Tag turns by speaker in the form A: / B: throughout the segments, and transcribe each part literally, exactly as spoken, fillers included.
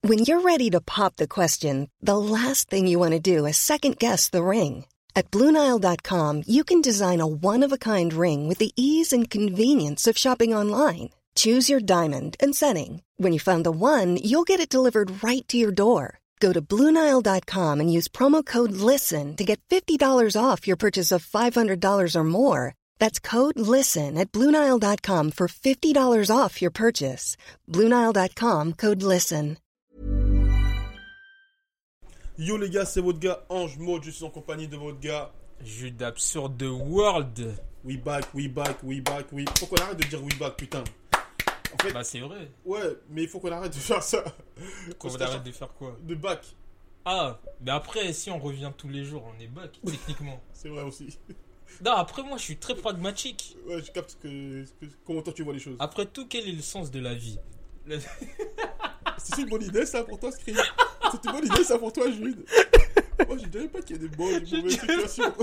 A: When you're ready to pop the question, the last thing you want to do is second-guess the ring. At Blue Nile dot com, you can design a one-of-a-kind ring with the ease and convenience of shopping online. Choose your diamond and setting. When you find the one, you'll get it delivered right to your door. Go to Blue Nile dot com and use promo code LISTEN to get fifty dollars off your purchase of five hundred dollars or more. That's code LISTEN at Blue Nile dot com for fifty dollars off your purchase. Blue Nile dot com, code LISTEN.
B: Yo les gars, c'est votre gars Ange Mode, je suis en compagnie de votre gars
C: Jude Absurde World.
B: We back, we back, we back, we... Faut qu'on arrête de dire we back, putain. En fait,
C: bah c'est vrai.
B: Ouais, mais il faut qu'on arrête de faire ça.
C: Qu'on arrête de faire quoi?
B: De back.
C: Ah, mais après, si on revient tous les jours, on est back, techniquement.
B: C'est vrai aussi.
C: Non, après moi, je suis très pragmatique.
B: Ouais, je capte que, que, comment toi tu vois les choses.
C: Après tout, quel est le sens de la vie? Le...
B: C'est une bonne idée ça pour toi, Screen? C'est une bonne idée ça pour toi, Jude? Moi, je dirais pas qu'il y a des bonnes et des mauvaises situations.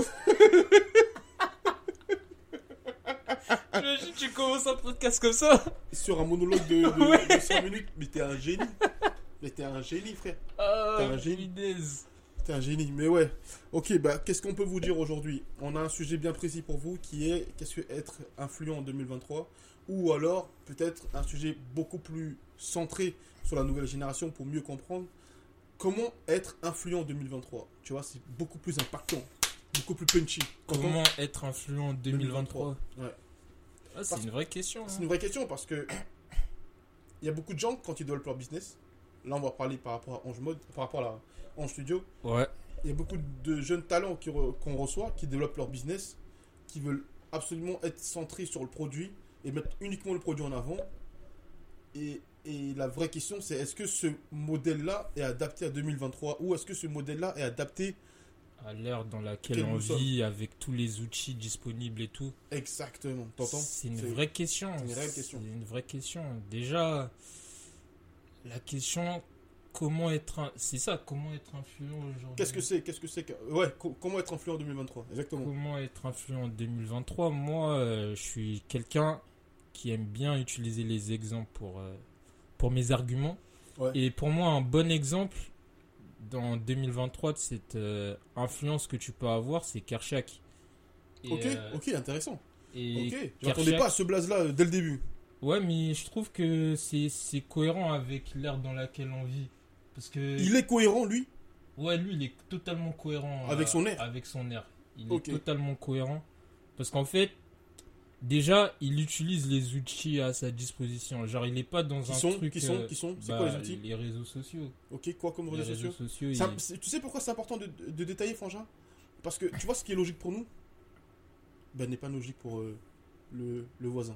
C: J'imagine tu commences un podcast comme ça.
B: Sur un monologue de, de, ouais. de cinq minutes, mais t'es un génie. Mais t'es un génie, frère.
C: Oh,
B: t'es un génie.
C: Punaise.
B: T'es un génie, mais ouais. Ok, bah, qu'est-ce qu'on peut vous dire aujourd'hui? On a un sujet bien précis pour vous qui est qu'est-ce que être influent en deux mille vingt-trois? Ou alors, peut-être, un sujet beaucoup plus centré sur la nouvelle génération pour mieux comprendre comment être influent en deux mille vingt-trois. Tu vois, c'est beaucoup plus impactant, beaucoup plus punchy.
C: Comment on... être influent en deux mille vingt-trois?
B: Ouais.
C: Ah, c'est parce... une vraie question.
B: C'est
C: hein.
B: une vraie question parce que il y a beaucoup de gens, quand ils développent leur business, là, on va parler par rapport à Ange Mode, par rapport à Ange Studio.
C: Ouais.
B: Il y a beaucoup de jeunes talents qui re, qu'on reçoit, qui développent leur business, qui veulent absolument être centrés sur le produit et mettre uniquement le produit en avant. Et, et la vraie question, c'est est-ce que ce modèle-là est adapté à deux mille vingt-trois ou est-ce que ce modèle-là est adapté
C: à l'ère dans laquelle on vit, avec tous les outils disponibles et tout?
B: Exactement. T'entends?
C: C'est une c'est, vraie question.
B: C'est une réelle question.
C: C'est une vraie question. Déjà, la question... Comment être un... C'est ça, comment être influent aujourd'hui?
B: Qu'est-ce que c'est Qu'est-ce que c'est que... Ouais, co- comment être influent en deux mille vingt-trois? Exactement.
C: Comment être influent en deux mille vingt-trois? Moi, euh, je suis quelqu'un qui aime bien utiliser les exemples pour, euh, pour mes arguments.
B: Ouais.
C: Et pour moi, un bon exemple dans deux mille vingt-trois de cette euh, influence que tu peux avoir, c'est Kershak.
B: Et ok, euh, ok, intéressant.
C: Et
B: ok, je m'attendais pas à ce blaze-là euh, dès le début.
C: Ouais, mais je trouve que c'est, c'est cohérent avec l'ère dans laquelle on vit. Parce que...
B: Il est cohérent, lui?
C: Ouais, lui, il est totalement cohérent.
B: Avec euh, son air?
C: Avec son air. Il
B: okay.
C: est totalement cohérent. Parce qu'en fait, déjà, il utilise les outils à sa disposition. Genre, il n'est pas dans
B: qui
C: un
B: sont,
C: truc...
B: Qui sont, euh, qui sont C'est
C: bah,
B: quoi les outils?
C: Les réseaux sociaux.
B: Ok, quoi comme réseaux,
C: les réseaux
B: sociaux,
C: sociaux
B: Ça,
C: il...
B: Tu sais pourquoi c'est important de, de, de détailler, Frangin? Parce que tu vois ce qui est logique pour nous, ben, n'est pas logique pour euh, le, le voisin.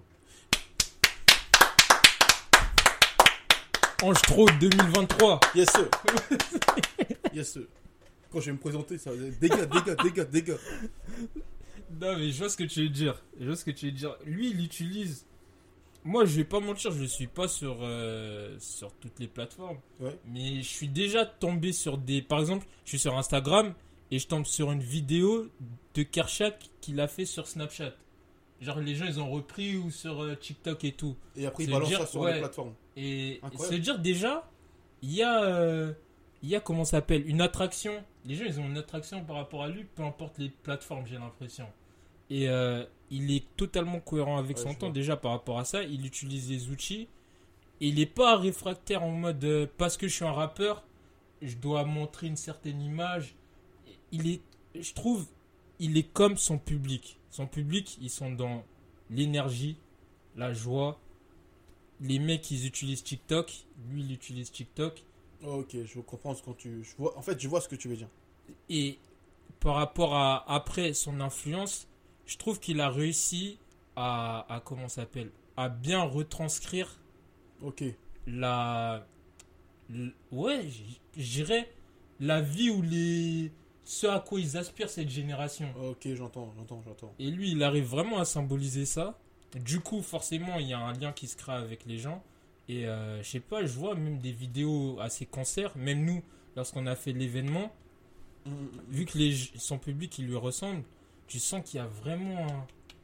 C: Ange Trop deux mille vingt-trois.
B: Yes sir. Yes sir. Quand je vais me présenter, ça va être dégâts, dégâts, dégâts, dégâts.
C: Non mais je vois ce que tu veux dire. Je vois ce que tu veux dire. Lui, il utilise... Moi, je vais pas mentir, je suis pas sur, euh, sur toutes les plateformes.
B: Ouais.
C: Mais je suis déjà tombé sur des... Par exemple, je suis sur Instagram et je tombe sur une vidéo de Kershak qu'il a fait sur Snapchat. Genre, les gens, ils ont repris ou sur euh, TikTok et tout.
B: Et après, ils balancent ça sur
C: ouais,
B: les plateformes.
C: Et c'est dire déjà, il y a, euh, il y a, comment ça s'appelle, une attraction. Les gens, ils ont une attraction par rapport à lui, peu importe les plateformes, j'ai l'impression. Et euh, il est totalement cohérent avec ouais, son temps, vois. Déjà par rapport à ça. Il utilise les outils. Et il n'est pas réfractaire en mode, euh, parce que je suis un rappeur, je dois montrer une certaine image. Il est, je trouve, il est comme son public. Son public, ils sont dans l'énergie, la joie. Les mecs, ils utilisent TikTok. Lui, il utilise TikTok.
B: Ok, je comprends ce que tu... Je vois... En fait, je vois ce que tu veux dire.
C: Et par rapport à, après, son influence, je trouve qu'il a réussi à, à comment ça s'appelle, à bien retranscrire
B: ok.
C: la... la ouais, je dirais la vie ou les... ce à quoi ils aspirent cette génération.
B: Ok, j'entends, j'entends, j'entends.
C: Et lui, il arrive vraiment à symboliser ça. Du coup, forcément, il y a un lien qui se crée avec les gens. Et euh, je sais pas, je vois même des vidéos à ses concerts. Même nous, lorsqu'on a fait l'événement, mmh. vu que les, son public, il lui ressemble, tu sens qu'il y a vraiment un,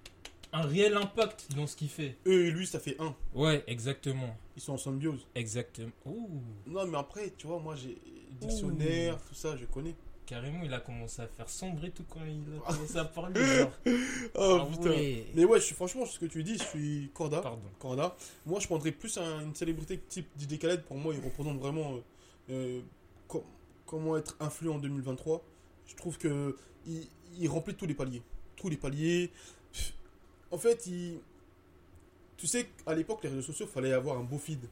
C: un réel impact dans ce qu'il fait.
B: Eux et lui, ça fait un.
C: Ouais, exactement.
B: Ils sont en symbiose.
C: Exactement. Ouh.
B: Non, mais après, tu vois, moi, j'ai dictionnaire, Ouh. tout ça, je connais.
C: Carrément, il a commencé à faire sombrer tout quand il a commencé à parler. Genre.
B: Oh
C: ah,
B: putain.
C: Ouais.
B: Mais ouais, je suis, franchement, ce que tu dis, je suis Corda.
C: Pardon.
B: Corda. Moi, je prendrais plus un, une célébrité type D J Khaled. Pour moi, il représente vraiment euh, euh, com- comment être influent en deux mille vingt-trois. Je trouve que il, il remplit tous les paliers. Tous les paliers. En fait, il... tu sais qu'à l'époque, les réseaux sociaux, il fallait avoir un beau feed.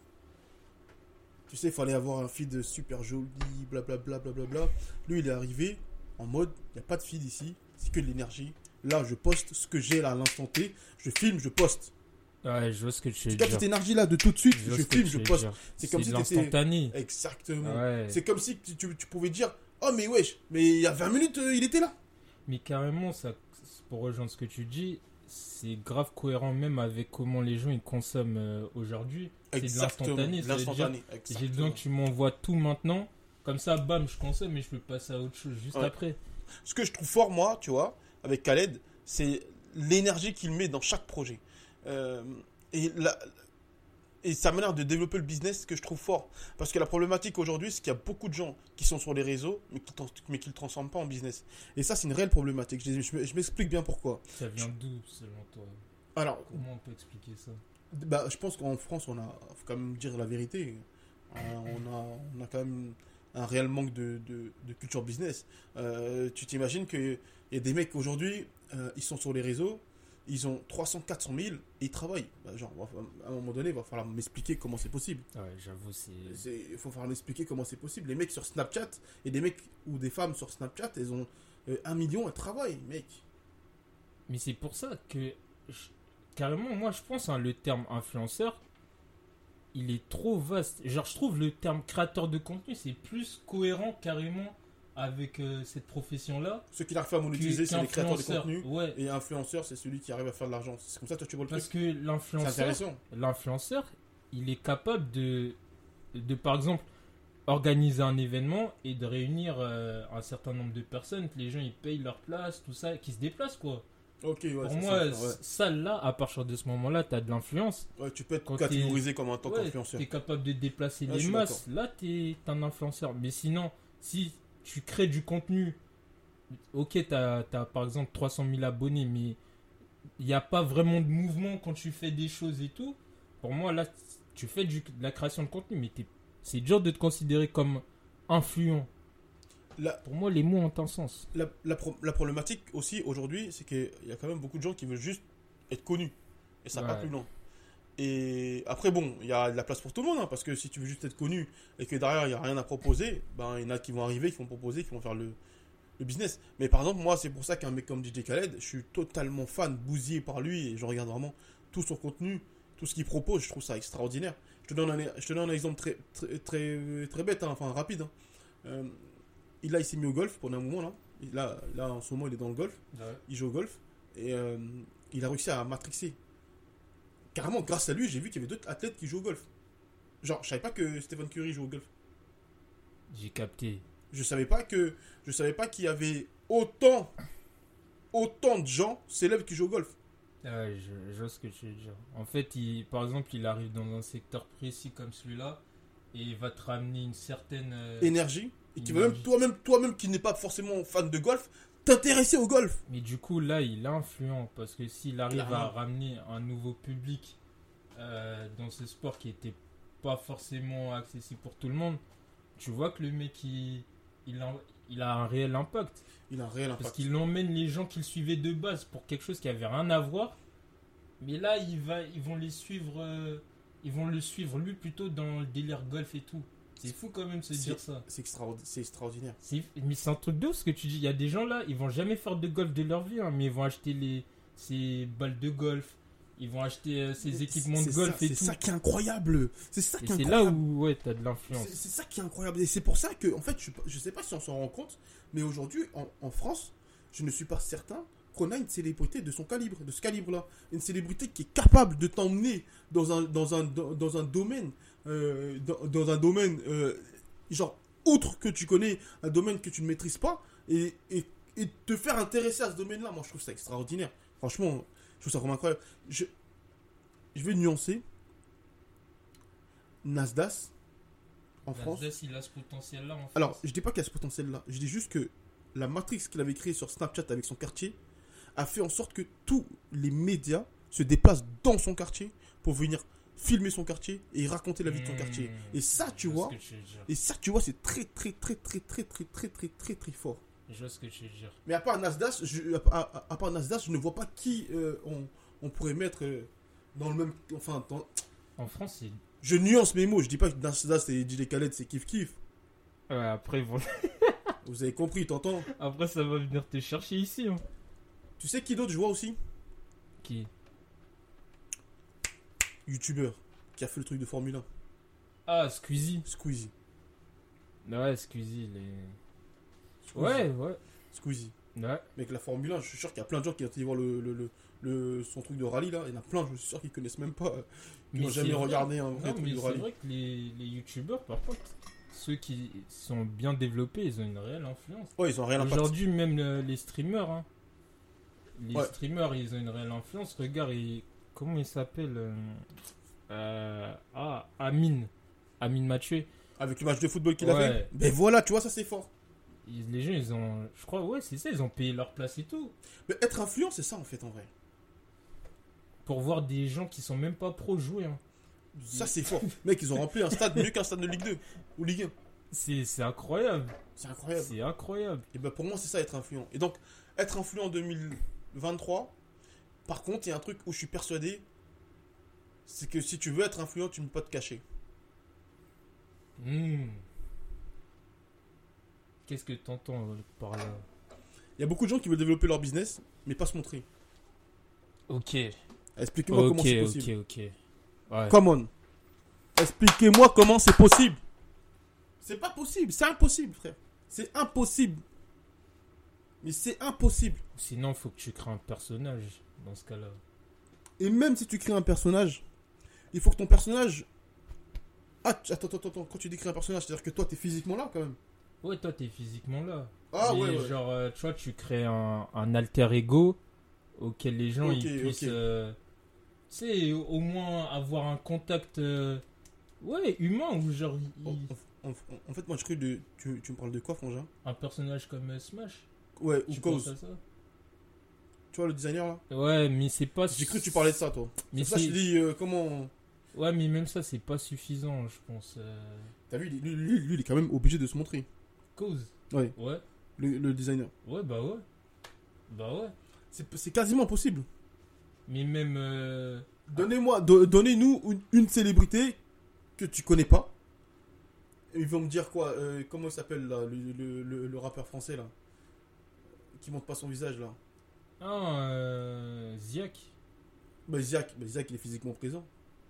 B: Tu sais, il fallait avoir un feed super joli, blablabla. Bla, bla, bla, bla. Lui, il est arrivé en mode, il n'y a pas de feed ici, c'est que de l'énergie. Là, je poste ce que j'ai là à l'instant T, je filme, je poste.
C: Ouais, je vois ce que tu veux
B: Tu
C: dire.
B: captes cette énergie-là de tout de suite,
C: je,
B: je filme, je poste.
C: C'est,
B: c'est comme
C: c'est
B: si
C: l'instantané.
B: Exactement.
C: Ouais.
B: C'est comme si tu, tu, tu pouvais dire, oh mais wesh, mais il y a vingt minutes, euh, il était là.
C: Mais carrément, ça, pour rejoindre ce que tu dis, c'est grave cohérent même avec comment les gens ils consomment euh, aujourd'hui. C'est de l'instantané. Ça veut dire, j'ai besoin que tu m'envoies tout maintenant. Comme ça, bam, je consomme et je peux passer à autre chose juste ouais. après.
B: Ce que je trouve fort, moi, tu vois, avec Khaled, c'est l'énergie qu'il met dans chaque projet. Euh, et, la, et sa manière de développer le business que je trouve fort. Parce que la problématique aujourd'hui, c'est qu'il y a beaucoup de gens qui sont sur les réseaux, mais qui ne le transforment pas en business. Et ça, c'est une réelle problématique. Je, je, je m'explique bien pourquoi.
C: Ça vient d'où, selon toi?
B: Alors,
C: comment on peut expliquer ça?
B: Bah, je pense qu'en France, on a, faut quand même dire la vérité, euh, on, a, on a quand même un réel manque de, de, de culture business. Euh, tu t'imagines qu'il y a des mecs aujourd'hui, euh, ils sont sur les réseaux, ils ont trois cents, quatre cent mille et ils travaillent. Bah, genre, à un moment donné, il va falloir m'expliquer comment c'est possible.
C: Ouais, j'avoue, c'est...
B: Il faut falloir m'expliquer comment c'est possible. Les mecs sur Snapchat, et des mecs ou des femmes sur Snapchat, elles ont euh, un million, elles travaillent, mec.
C: Mais c'est pour ça que... Je... Carrément, moi je pense, hein, le terme influenceur, il est trop vaste. Genre, je trouve le terme créateur de contenu, c'est plus cohérent carrément avec euh, cette profession-là.
B: Ce qu'il arrive à monétiser, c'est les créateurs de contenu.
C: Ouais.
B: Et influenceur, c'est celui qui arrive à faire de l'argent. C'est comme ça que tu vois le
C: Parce
B: truc.
C: que l'influenceur,
B: c'est intéressant.
C: L'influenceur, il est capable de, de, par exemple, organiser un événement et de réunir euh, un certain nombre de personnes, que les gens ils payent leur place, tout ça, qui se déplacent, quoi.
B: Ok, ouais,
C: pour
B: c'est
C: moi,
B: ça, ouais.
C: ça là, à partir de ce moment-là, tu as de l'influence.
B: Ouais, tu peux être catégorisé comme un tant
C: ouais,
B: qu'influenceur.
C: Tu es capable de déplacer
B: ouais,
C: les masses. Là, tu es un influenceur. Mais sinon, si tu crées du contenu, ok, tu as par exemple trois cent mille abonnés, mais il n'y a pas vraiment de mouvement quand tu fais des choses et tout. Pour moi, là, tu fais du, de la création de contenu, mais c'est dur de te considérer comme influent. La, Pour moi, les mots ont un sens.
B: La, la, pro, la problématique aussi aujourd'hui, c'est qu'il y a quand même beaucoup de gens qui veulent juste être connus. Et ça ouais. va pas plus loin. Et après, bon, il y a de la place pour tout le monde. Hein, parce que si tu veux juste être connu et que derrière, il n'y a rien à proposer, ben, il y en a qui vont arriver, qui vont proposer, qui vont faire le, le business. Mais par exemple, moi, c'est pour ça qu'un mec comme D J Khaled, je suis totalement fan, bousillé par lui. Et je regarde vraiment tout son contenu, tout ce qu'il propose. Je trouve ça extraordinaire. Je te donne un, je te donne un exemple très, très, très, très bête, hein, enfin rapide. Hein. Euh, Il, là, il s'est mis au golf pendant un moment. Là, là, là en ce moment, il est dans le golf. Ouais. Il joue au golf. Et euh, il a réussi à matrixer. Carrément, grâce à lui, j'ai vu qu'il y avait d'autres athlètes qui jouent au golf. Genre, je savais pas que Stephen Curry joue au golf.
C: J'ai capté.
B: Je savais pas que, je savais pas qu'il y avait autant, autant de gens célèbres qui jouent au golf.
C: Ouais, je, je vois ce que tu veux dire. En fait, il, par exemple, il arrive dans un secteur précis comme celui-là et il va te ramener une certaine euh,
B: énergie. Et qui va même toi-même, toi-même qui n'es pas forcément fan de golf, t'intéresser au golf.
C: Mais du coup, là, il est influent parce que s'il arrive Clairement. à ramener un nouveau public euh, dans ce sport qui n'était pas forcément accessible pour tout le monde, tu vois que le mec, il, il, a, il a un réel impact.
B: Il a un réel impact.
C: Parce qu'il emmène les gens qui le suivaient de base pour quelque chose qui avait rien à voir. Mais là, il va, ils vont les suivre, euh, ils vont le suivre lui plutôt dans le délire golf et tout. C'est fou quand même de se dire ça.
B: C'est extraordinaire. C'est extraordinaire.
C: C'est, mais c'est un truc de ouf ce que tu dis. Il y a des gens là, ils vont jamais faire de golf de leur vie, hein, mais ils vont acheter les, ces balles de golf. Ils vont acheter euh, ces équipements
B: c'est
C: de golf
B: ça,
C: et
B: c'est
C: tout.
B: C'est ça qui est incroyable. C'est ça
C: et
B: qui est
C: c'est
B: incroyable.
C: là où ouais, tu as de l'influence.
B: C'est, c'est ça qui est incroyable. Et c'est pour ça que, en fait, je, je sais pas si on s'en rend compte, mais aujourd'hui, en, en France, je ne suis pas certain qu'on a une célébrité de son calibre, de ce calibre-là. Une célébrité qui est capable de t'emmener dans un, dans un, dans, dans un domaine, euh, dans, dans un domaine, euh, genre, autre que tu connais, un domaine que tu ne maîtrises pas, et, et, et te faire intéresser à ce domaine-là. Moi, je trouve ça extraordinaire. Franchement, Je trouve ça vraiment incroyable. Je, je vais nuancer. Nasdaq, en France.
C: Nasdaq, il a ce potentiel-là en France.
B: Alors, je dis pas qu'il y a ce potentiel-là. Je dis juste que la matrix qu'il avait créée sur Snapchat avec son quartier a fait en sorte que tous les médias se déplacent dans son quartier pour venir filmer son quartier et raconter la vie de son
C: Mmh,
B: quartier. Et ça, tu
C: je
B: vois,
C: ce que tu veux dire.
B: et ça, tu vois, c'est très, très, très, très, très, très, très, très, très, très fort.
C: Je vois ce que tu veux dire.
B: Mais à part Nasdaq, je, à, à- à part Nasdaq, je ne vois pas qui euh, on, on pourrait mettre euh, dans le même, enfin, dans-
C: En France, c'est.
B: je nuance mes mots. Je dis pas que Nasdaq c'est D J Khaled, c'est kiff kiff.
C: Ouais, après, bon.
B: Vous avez compris, t'entends?
C: après, ça va venir te chercher ici. Hein.
B: Tu sais qui d'autre je vois aussi?
C: Qui
B: YouTubeur qui a fait le truc de Formule un.
C: Ah, Squeezie.
B: Squeezie.
C: Ouais, Squeezie, il est.
B: Squeezie.
C: Ouais, ouais.
B: Squeezie.
C: Ouais.
B: Mec, la Formule un, je suis sûr qu'il y a plein de gens qui ont été voir le, le, le, le- son truc de rallye là. Il y en a plein, je suis sûr qu'ils connaissent même pas. euh, Qui
C: Mais
B: n'ont jamais
C: c'est vrai.
B: regardé un vrai
C: Non,
B: truc
C: mais
B: de
C: c'est
B: rallye.
C: vrai que les, les youtubeurs, par contre, ceux qui sont bien développés, ils ont une réelle influence.
B: Ouais, ils ont rien à
C: Aujourd'hui, même le- les streamers, hein, les
B: Ouais.
C: streamers, ils ont une réelle influence. Regarde, il- comment il s'appelle euh, euh, Ah, Amine. Amine Mathieu.
B: Avec le match de football qu'il a
C: Ouais.
B: fait. Ben voilà, tu vois, ça c'est fort.
C: Ils- les gens, ils ont. Je crois, ouais, c'est ça, ils ont payé leur place et tout.
B: Mais être influent, c'est ça en fait en vrai.
C: Pour voir des gens qui sont même pas pros jouer. Hein.
B: Ça c'est fort. Mec, ils ont rempli un stade mieux qu'un stade de Ligue deux ou Ligue un.
C: C'est c'est incroyable.
B: C'est incroyable.
C: C'est incroyable.
B: Et ben pour moi, c'est ça être influent. Et donc, être influent en deux mille vingt-trois, par contre, il y a un truc où je suis persuadé, c'est que si tu veux être influent, tu ne peux pas te cacher.
C: Hmm. Qu'est-ce que t'entends euh, par là?
B: Il y a beaucoup de gens qui veulent développer leur business, mais pas se montrer.
C: Ok.
B: Expliquez-moi
C: Ok,
B: comment c'est
C: ok,
B: possible.
C: ok. Ouais.
B: Come on. Expliquez-moi comment c'est possible. C'est pas possible, c'est impossible, frère. C'est impossible. Mais c'est impossible.
C: Sinon, faut que tu crées un personnage dans ce cas-là.
B: Et même si tu crées un personnage, il faut que ton personnage... Ah, tu- attends, attends, attends. Quand tu décris un personnage, c'est-à-dire que toi, t'es physiquement là, quand même.
C: Ouais, toi, t'es physiquement là.
B: Ah,
C: Mais
B: ouais, ouais.
C: genre, euh, tu vois, tu crées un, un alter ego auquel les gens
B: Ok,
C: ils puissent,
B: ok.
C: euh, tu sais, au au moins avoir un contact, euh, ouais, humain ou genre il-
B: En, en- en- en fait, moi, je crois de... Tu, tu me parles de quoi, Frangin?
C: un personnage comme euh, Smash.
B: Ouais, ou
C: Tu penses
B: Cause.
C: à ça?
B: Tu vois, le designer, là?
C: Ouais, mais c'est pas.
B: J'ai cru que tu parlais de ça, toi.
C: Mais
B: C'est pour ça que je
C: c'est-
B: te dis, euh, comment...
C: Ouais, mais même ça, c'est pas suffisant, je pense. euh,
B: T'as vu, lui, lui, lui, il est quand même obligé de se montrer.
C: Cause.
B: Ouais,
C: Ouais.
B: le, le designer.
C: Ouais, bah ouais. Bah ouais.
B: C'est c'est quasiment impossible.
C: Mais même. euh,
B: Donnez-moi, do- donnez-nous une, une célébrité que tu connais pas. Et ils vont me dire quoi euh, comment il s'appelle là, le, le, le, le rappeur français là, qui montre pas son visage là.
C: Ah, euh, Ziak.
B: Bah Ziak, bah, Ziak il est physiquement présent.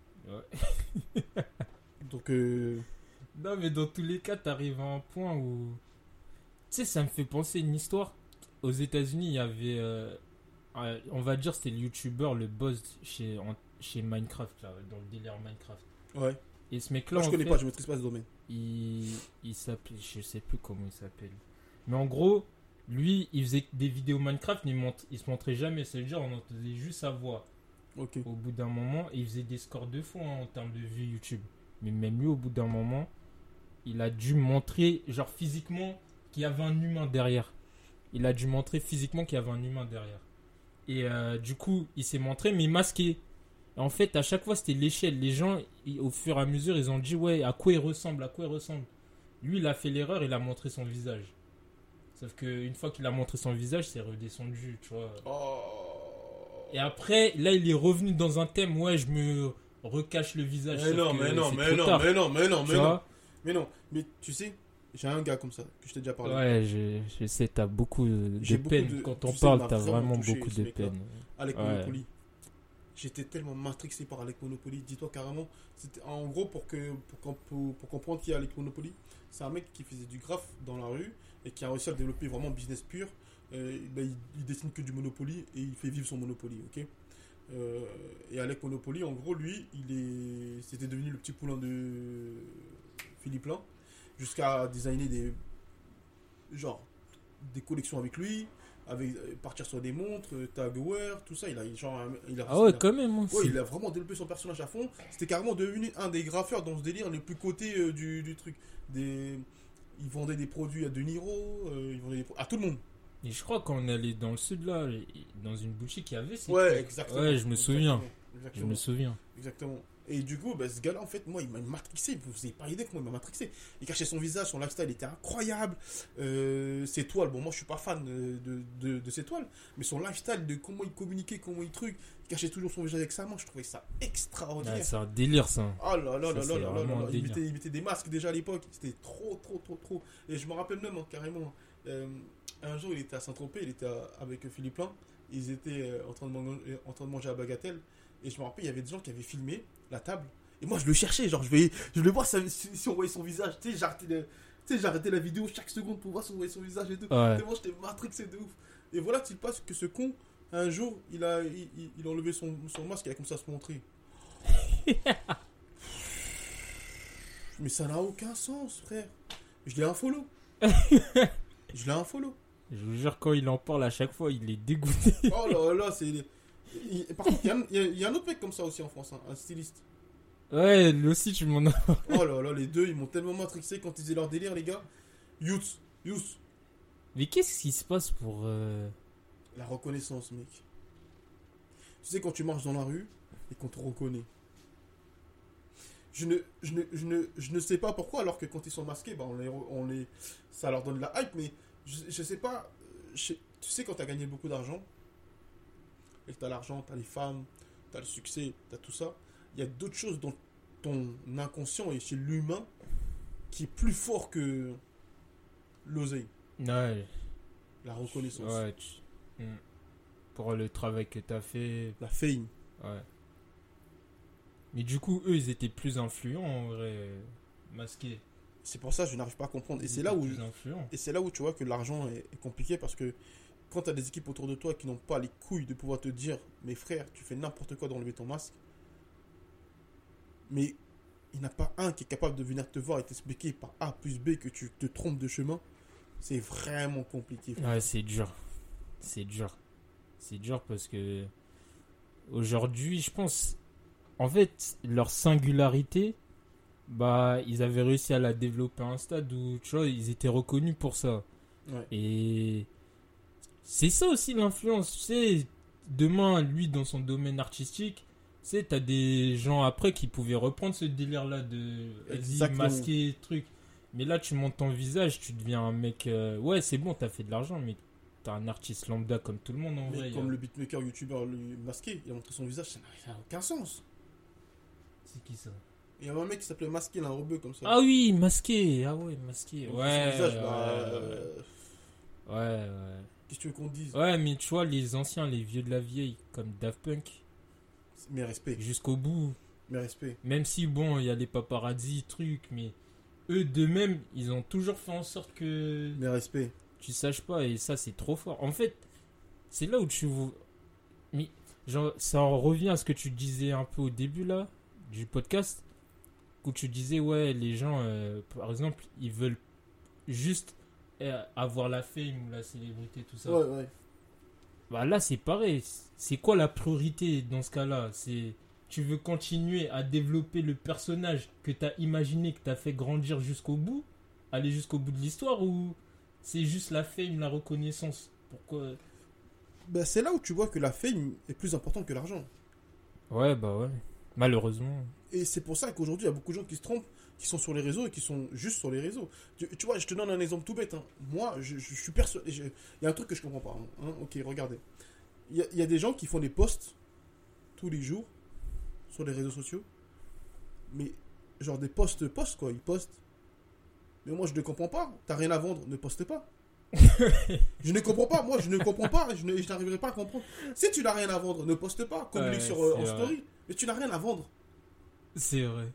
C: Ouais.
B: Donc euh,
C: Non, mais dans tous les cas, t'arrives à un point où. Tu sais, ça me fait penser une histoire. Aux États-Unis, il y avait. euh, un- on va dire, c'était le youtubeur, le boss chez, en- chez Minecraft, là, dans le délire Minecraft.
B: ouais.
C: Et ce mec-là,
B: Moi, je
C: en
B: connais
C: fait,
B: pas, je maîtrise pas ce domaine.
C: il, il s'appelait. Je sais plus comment il s'appelle. Mais en gros, lui, il faisait des vidéos Minecraft, mais il, montre, il se montrait jamais. C'est-à-dire, on entendait juste sa voix.
B: Ok.
C: Au bout d'un moment, et il faisait des scores de fou hein, en termes de vues YouTube. Mais même lui, au bout d'un moment, il a dû montrer, genre physiquement, qu'il y avait un humain derrière. Il a dû montrer physiquement qu'il y avait un humain derrière. Et euh, du coup, il s'est montré, mais masqué. Et en fait, à chaque fois, c'était l'échelle. Les gens, ils- au fur et à mesure, ils ont dit, ouais, à quoi il ressemble, à quoi il ressemble. Lui, il a fait l'erreur, il a montré son visage. Sauf qu'une fois qu'il a montré son visage, c'est redescendu, tu vois.
B: Oh.
C: Et après, là, il est revenu dans un thème, ouais, je me recache le visage.
B: Mais
C: sauf
B: non,
C: que
B: mais non,
C: c'est
B: mais
C: trop
B: non,
C: tard,
B: mais non, mais non,
C: tu
B: mais non,
C: vois.
B: mais non. Mais tu sais, j'ai un gars comme ça que je t'ai déjà parlé.
C: Ouais, je, je sais, t'as beaucoup de
B: J'ai
C: de
B: beaucoup
C: peine.
B: de-
C: Quand
B: tu
C: on
B: sais, il
C: parle,
B: m'a
C: t'as
B: vraiment
C: vraiment
B: touché,
C: beaucoup
B: ce
C: de
B: mec-là.
C: peine.
B: Avec
C: Ouais.
B: Monopoly. J'étais tellement matrixé par Alec Monopoly. Dis-toi carrément, c'était en gros pour que pour, qu'on- pour, pour comprendre qui est Alec Monopoly, c'est un mec qui faisait du graphe dans la rue et qui a réussi à développer vraiment business pur. Euh, ben, il, il dessine que du Monopoly et il fait vivre son Monopoly, ok. Euh, et Alec Monopoly, en gros, lui, il est, c'était devenu le petit poulain de Philippe Lain jusqu'à designer des genre des collections avec lui, avec euh, partir sur des montres, euh, tag wear, tout ça. Il a, genre, un- il a,
C: Ah ouais,
B: il a-
C: quand même. Hein,
B: ouais,
C: c'est-
B: il a vraiment développé son personnage à fond. C'était carrément devenu un des graffeurs dans ce délire les plus cotés euh, du, du truc. Des... Il vendait des produits à De Niro, euh, il vendait des pro- à tout le monde.
C: Et je crois qu'on allait dans le sud là, et- dans une boutique, il y avait ces
B: Ouais,
C: trucs.
B: exactement.
C: Ouais, je me souviens.
B: Exactement.
C: Je
B: Exactement.
C: me souviens.
B: Exactement. Et du coup, bah, ce gars-là, en fait, moi, il m'a matrixé. Vous n'avez pas idée comment il m'a matrixé. Il cachait son visage, son lifestyle était incroyable. Euh, ses toiles, bon, moi, je suis pas fan de, de, de, de ses toiles, mais son lifestyle, de comment il communiquait, comment il truc, il cachait toujours son visage avec sa main, je trouvais ça extraordinaire.
C: Ouais, c'est un délire ça.
B: Oh là là
C: Ça,
B: là
C: c'est
B: là là là
C: vraiment
B: là
C: un
B: là. Il
C: délire.
B: mettait, il mettait des masques déjà à l'époque. C'était trop, trop, trop, trop. Et je me rappelle même, hein, carrément, euh, un jour, il était à Saint-Tropez, il était à- avec Philippe Lain. Ils étaient euh, en, train de manger, en train de manger à Bagatelle. Et je me rappelle, il y avait des gens qui avaient filmé la table. Et moi, je le cherchais. Genre, je voulais, je voulais voir si, si- si on voyait son visage. Tu sais, j'arrêtais, le- tu sais, j'arrêtais la vidéo chaque seconde pour voir si on voyait son visage et tout.
C: Ouais.
B: Tellement j'étais matrixé de ouf. Et voilà qu'il passe que ce con, un jour, il a, il, il- il a enlevé son, son masque et il a commencé à se montrer. Mais ça n'a aucun sens, frère. Je l'ai un follow. Je l'ai un follow.
C: Je vous jure, quand il en parle à chaque fois, il est dégoûté.
B: Oh là là, c'est. il- Par contre, il y a un- il y, a- il y a un autre mec comme ça aussi en France, hein, un styliste.
C: Ouais, lui aussi, tu m'en as.
B: Oh là là, les deux, ils m'ont tellement matrixé quand ils faisaient leur délire, les gars. Youth, youth.
C: Mais qu'est-ce qui se passe pour. euh,
B: La reconnaissance, mec. Tu sais, quand tu marches dans la rue et qu'on te reconnaît. Je ne, je, ne, je, ne, je ne sais pas pourquoi, alors que quand ils sont masqués, bah on les, re- on les, ça leur donne de la hype, mais je, je sais pas. euh, je- tu sais, quand tu as gagné beaucoup d'argent, et que tu as l'argent, tu as les femmes, tu as le succès, tu as tout ça, il y a d'autres choses dans ton inconscient et chez l'humain qui est plus fort que l'oseille,
C: Ouais,
B: la reconnaissance,
C: ouais. tu- Hmm. Pour le travail que t'as fait.
B: la fame.
C: Ouais. Mais du coup, eux, ils étaient plus influents en vrai. euh, Masqués.
B: C'est pour ça que je n'arrive pas à comprendre. Et
C: Ils
B: c'est
C: étaient
B: là où
C: plus influents.
B: Et c'est là où tu vois que l'argent est, est compliqué parce que quand tu as des équipes autour de toi qui n'ont pas les couilles de pouvoir te dire, mes frères, tu fais n'importe quoi d'enlever ton masque, mais il n'y en a pas un qui est capable de venir te voir et t'expliquer par A plus B que tu te trompes de chemin, c'est vraiment compliqué. frère.
C: Ouais, c'est dur. C'est dur. C'est dur parce que aujourd'hui, je pense, en fait, leur singularité, bah, ils avaient réussi à la développer à un stade où, tu vois, ils étaient reconnus pour ça.
B: Ouais.
C: Et c'est ça aussi l'influence. Tu sais, demain, lui, dans son domaine artistique, tu sais, t'as des gens après qui pouvaient reprendre ce délire-là de vas-y,
B: Exactement.
C: masquer, truc. Mais là, tu montes ton visage, tu deviens un mec. euh, Ouais, c'est bon, t'as fait de l'argent, mais t'es un artiste lambda comme tout le monde en
B: Mais
C: vrai.
B: comme
C: euh.
B: le beatmaker youtubeur lui masqué, il a montré son visage, ça n'a ça n'a aucun sens.
C: C'est qui ça?
B: Il y avait un mec qui s'appelait Masqué, là, un rebeu comme ça.
C: Ah oui, masqué. Ah ouais, masqué.
B: Il a montré
C: Ouais.
B: son visage,
C: ouais,
B: bah,
C: ouais,
B: euh,
C: ouais, ouais.
B: Qu'est-ce que tu veux qu'on dise?
C: Ouais, mais tu vois, les anciens, les vieux de la vieille, comme Daft Punk,
B: Mes respects,
C: jusqu'au bout.
B: mes respects.
C: Même si, bon, il y a les paparazzi, trucs, mais eux, d'eux-mêmes, ils ont toujours fait en sorte que
B: Mes respects.
C: tu saches pas, et ça, c'est trop fort. En fait, c'est là où tu... Mais, genre, ça en revient à ce que tu disais un peu au début, là, du podcast, où tu disais, ouais, les gens, euh, par exemple, ils veulent juste euh, avoir la fame ou la célébrité, tout ça.
B: Ouais, ouais.
C: Bah là, c'est pareil. C'est quoi la priorité dans ce cas-là? C'est tu veux continuer à développer le personnage que tu as imaginé, que tu as fait grandir jusqu'au bout, aller jusqu'au bout de l'histoire, ou c'est juste la fame, la reconnaissance? Pourquoi?
B: Bah, c'est là où tu vois que la fame est plus importante que l'argent.
C: Ouais, bah ouais. Malheureusement.
B: Et c'est pour ça qu'aujourd'hui, il y a beaucoup de gens qui se trompent, qui sont sur les réseaux et qui sont juste sur les réseaux. Tu, tu vois, je te donne un exemple tout bête. hein. Moi, je, je- je suis persuadé. je- Il y a un truc que je comprends pas. hein. Ok, regardez. Il y, a, il y a des gens qui font des posts tous les jours sur les réseaux sociaux. Mais, genre des posts, posts quoi. Ils postent. Mais moi, je ne comprends pas. T'as rien à vendre, ne poste pas. Je ne comprends pas. Moi, je ne comprends pas. Je, ne- je n'arriverai pas à comprendre. Si tu n'as rien à vendre, ne poste pas. Communique
C: Ouais,
B: sur, euh,
C: c'est
B: en
C: vrai.
B: story. Mais tu n'as rien à vendre.
C: C'est vrai.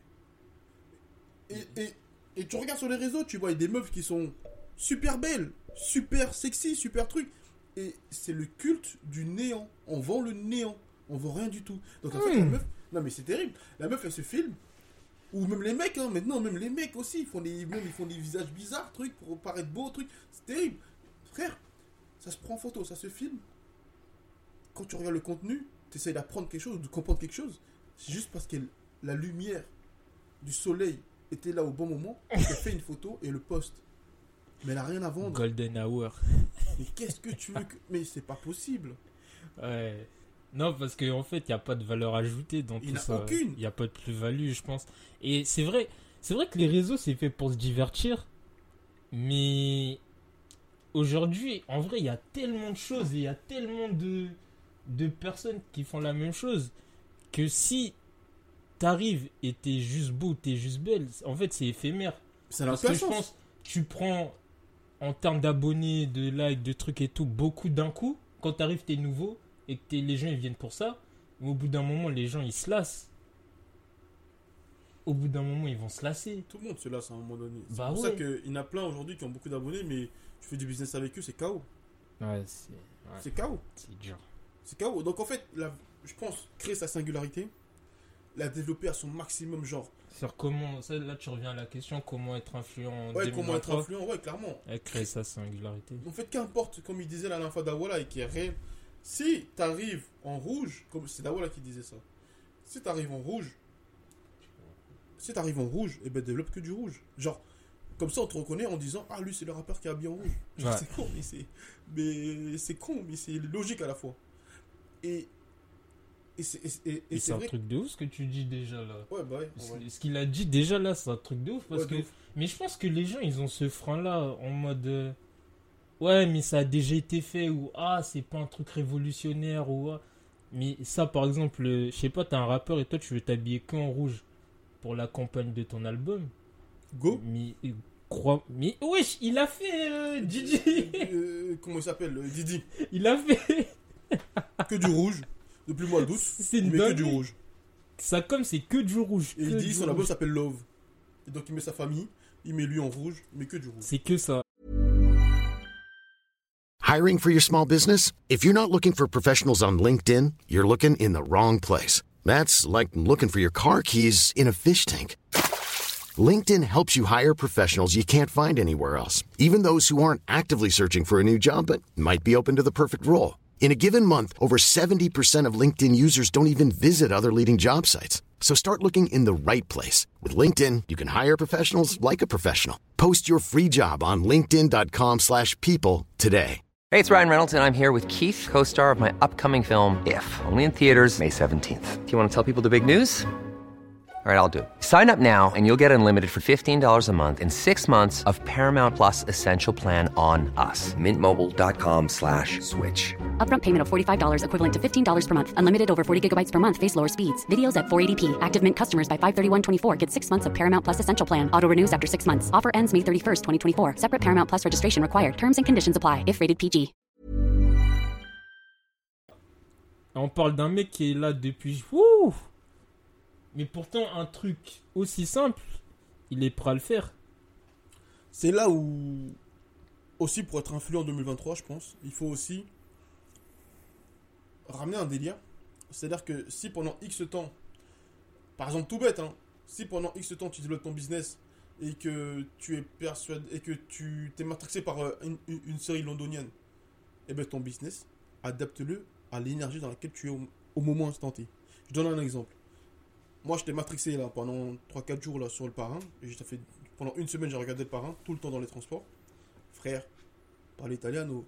B: Et, et, et tu regardes sur les réseaux, tu vois des meufs qui sont super belles, super sexy, super truc. Et c'est le culte du néant. On vend le néant. On vend rien du tout. Donc en fait, la
C: Hmm.
B: meuf. Non mais c'est terrible. La meuf, elle se filme. Ou même les mecs, hein. Maintenant, même les mecs aussi. Ils font des, même, ils font des visages bizarres, trucs, pour paraître beaux, trucs. C'est terrible. Frère, ça se prend en photo, ça se filme. Quand tu regardes le contenu, tu essaies d'apprendre quelque chose, de comprendre quelque chose. C'est juste parce que la lumière du soleil était là au bon moment, elle fait une photo et le poste. Mais elle n'a rien à vendre.
C: Golden hour.
B: Mais qu'est-ce que tu veux que... Mais c'est pas possible.
C: Ouais. Non, parce qu'en en fait, il n'y a pas de valeur ajoutée dans
B: Il
C: tout
B: n'y en a
C: ça.
B: aucune.
C: Il n'y a pas de plus-value, je pense. Et c'est vrai, c'est vrai que les réseaux, c'est fait pour se divertir. Mais aujourd'hui, en vrai, il y a tellement de choses et il y a tellement de, de personnes qui font la même chose que si t'arrives et t'es juste beau, t'es juste belle, en fait, c'est éphémère.
B: Ça n'a
C: Parce
B: pas
C: que
B: de
C: je
B: sens.
C: pense, tu prends en termes d'abonnés, de likes, de trucs et tout, beaucoup d'un coup. Quand t'arrives, t'es nouveau et que t'es, les gens ils viennent pour ça. Mais au bout d'un moment, les gens ils se lassent. Au bout d'un moment, ils vont se lasser.
B: Tout le monde se lasse à un moment donné. C'est
C: Bah
B: pour
C: ouais.
B: ça qu'il y en a plein aujourd'hui qui ont beaucoup d'abonnés, mais tu fais du business avec eux, c'est K O.
C: Ouais, c'est, ouais,
B: C'est K O.
C: c'est dur.
B: C'est K O. Donc en fait, la, je pense, créer sa singularité, la développer à son maximum, genre.
C: Sur comment, ça, là tu reviens à la question, comment être influent en
B: Ouais,
C: deux mille
B: comment être
C: vingt-trois,
B: influent, ouais, clairement.
C: et créer sa singularité.
B: En fait, qu'importe, comme il disait la dernière fois Dawala et qui est réel, si t'arrives en rouge, comme c'est Dawala qui disait ça, si t'arrives en rouge, si t'arrives en rouge, et ben développe que du rouge. Genre, comme ça on te reconnaît en disant ah lui c'est le rappeur qui est habillé en rouge. Genre,
C: Ouais.
B: c'est con, mais c'est, mais c'est con, mais c'est logique à la fois. Et et c'est et, et- et
C: Et
B: c'est
C: c'est un
B: vrai.
C: truc de ouf ce que tu dis déjà là.
B: Ouais bah ouais. en
C: Ce
B: vrai.
C: ce qu'il a dit déjà là, c'est un truc de ouf parce
B: Ouais, de
C: que.
B: ouf.
C: Mais je pense que les gens ils ont ce frein là en mode. euh, Ouais, mais ça a déjà été fait ou ah, c'est pas un truc révolutionnaire ou ah. Mais ça par exemple, euh, je sais pas, t'es un rappeur et toi tu veux t'habiller qu'en rouge pour la campagne de ton album.
B: Go.
C: Mais euh, crois. Mais wesh, il a fait euh, Didi.
B: Euh, comment il s'appelle euh, Didi.
C: Il a fait.
B: Que du rouge. Depuis le mois d'août.
C: C'est
B: Il
C: une
B: met que
C: dinguerie.
B: du rouge.
C: Ça comme c'est que du rouge.
B: Et il
C: que
B: dit
C: du
B: son album
C: rouge.
B: s'appelle Love. Et donc il met sa famille, il met lui en rouge, il met que du rouge.
C: C'est que ça.
D: Hiring for your small business? If you're not looking for professionals on LinkedIn, you're looking in the wrong place. That's like looking for your car keys in a fish tank. LinkedIn helps you hire professionals you can't find anywhere else, even those who aren't actively searching for a new job but might be open to the perfect role. In a given month, over seventy percent of LinkedIn users don't even visit other leading job sites. So start looking in the right place. With LinkedIn, you can hire professionals like a professional. Post your free job on linkedin.com slash people today.
E: Hey, it's Ryan Reynolds, and I'm here with Keith, co-star of my upcoming film, If, only in theaters May seventeenth. Do you want to tell people the big news? All right, I'll do it. Sign up now and you'll get unlimited for fifteen dollars a month and six months of Paramount Plus Essential Plan on us. Mint Mobile dot com slash switch.
F: Upfront payment of forty-five dollars equivalent to fifteen dollars per month. Unlimited over forty gigabytes per month. Face lower speeds. Videos at four eighty p. Active Mint customers by five thirty-one twenty-four get six months of Paramount Plus Essential Plan. Auto renews after six months. Offer ends May thirty-first, twenty twenty-four. Separate Paramount Plus registration required. Terms and conditions apply if rated P G.
C: On parle d'un mec qui est là depuis. Ouh. Mais pourtant, un truc aussi simple, il est prêt à le faire.
B: C'est là où, aussi pour être influent en deux mille vingt-trois, je pense, il faut aussi ramener un délire. C'est-à-dire que si pendant X temps, par exemple tout bête, hein, si pendant X temps tu développes ton business et que tu es persuadé et que tu t'es matrixé par euh, une, une- une série londonienne, et bien ton business, adapte-le à l'énergie dans laquelle tu es au, au moment instant T. Je donne un exemple. Moi, j'étais matrixé là pendant trois quatre jours là sur le parrain. Et j'ai fait pendant une semaine, j'ai regardé le parrain tout le temps dans les transports. Frère, parle italiano.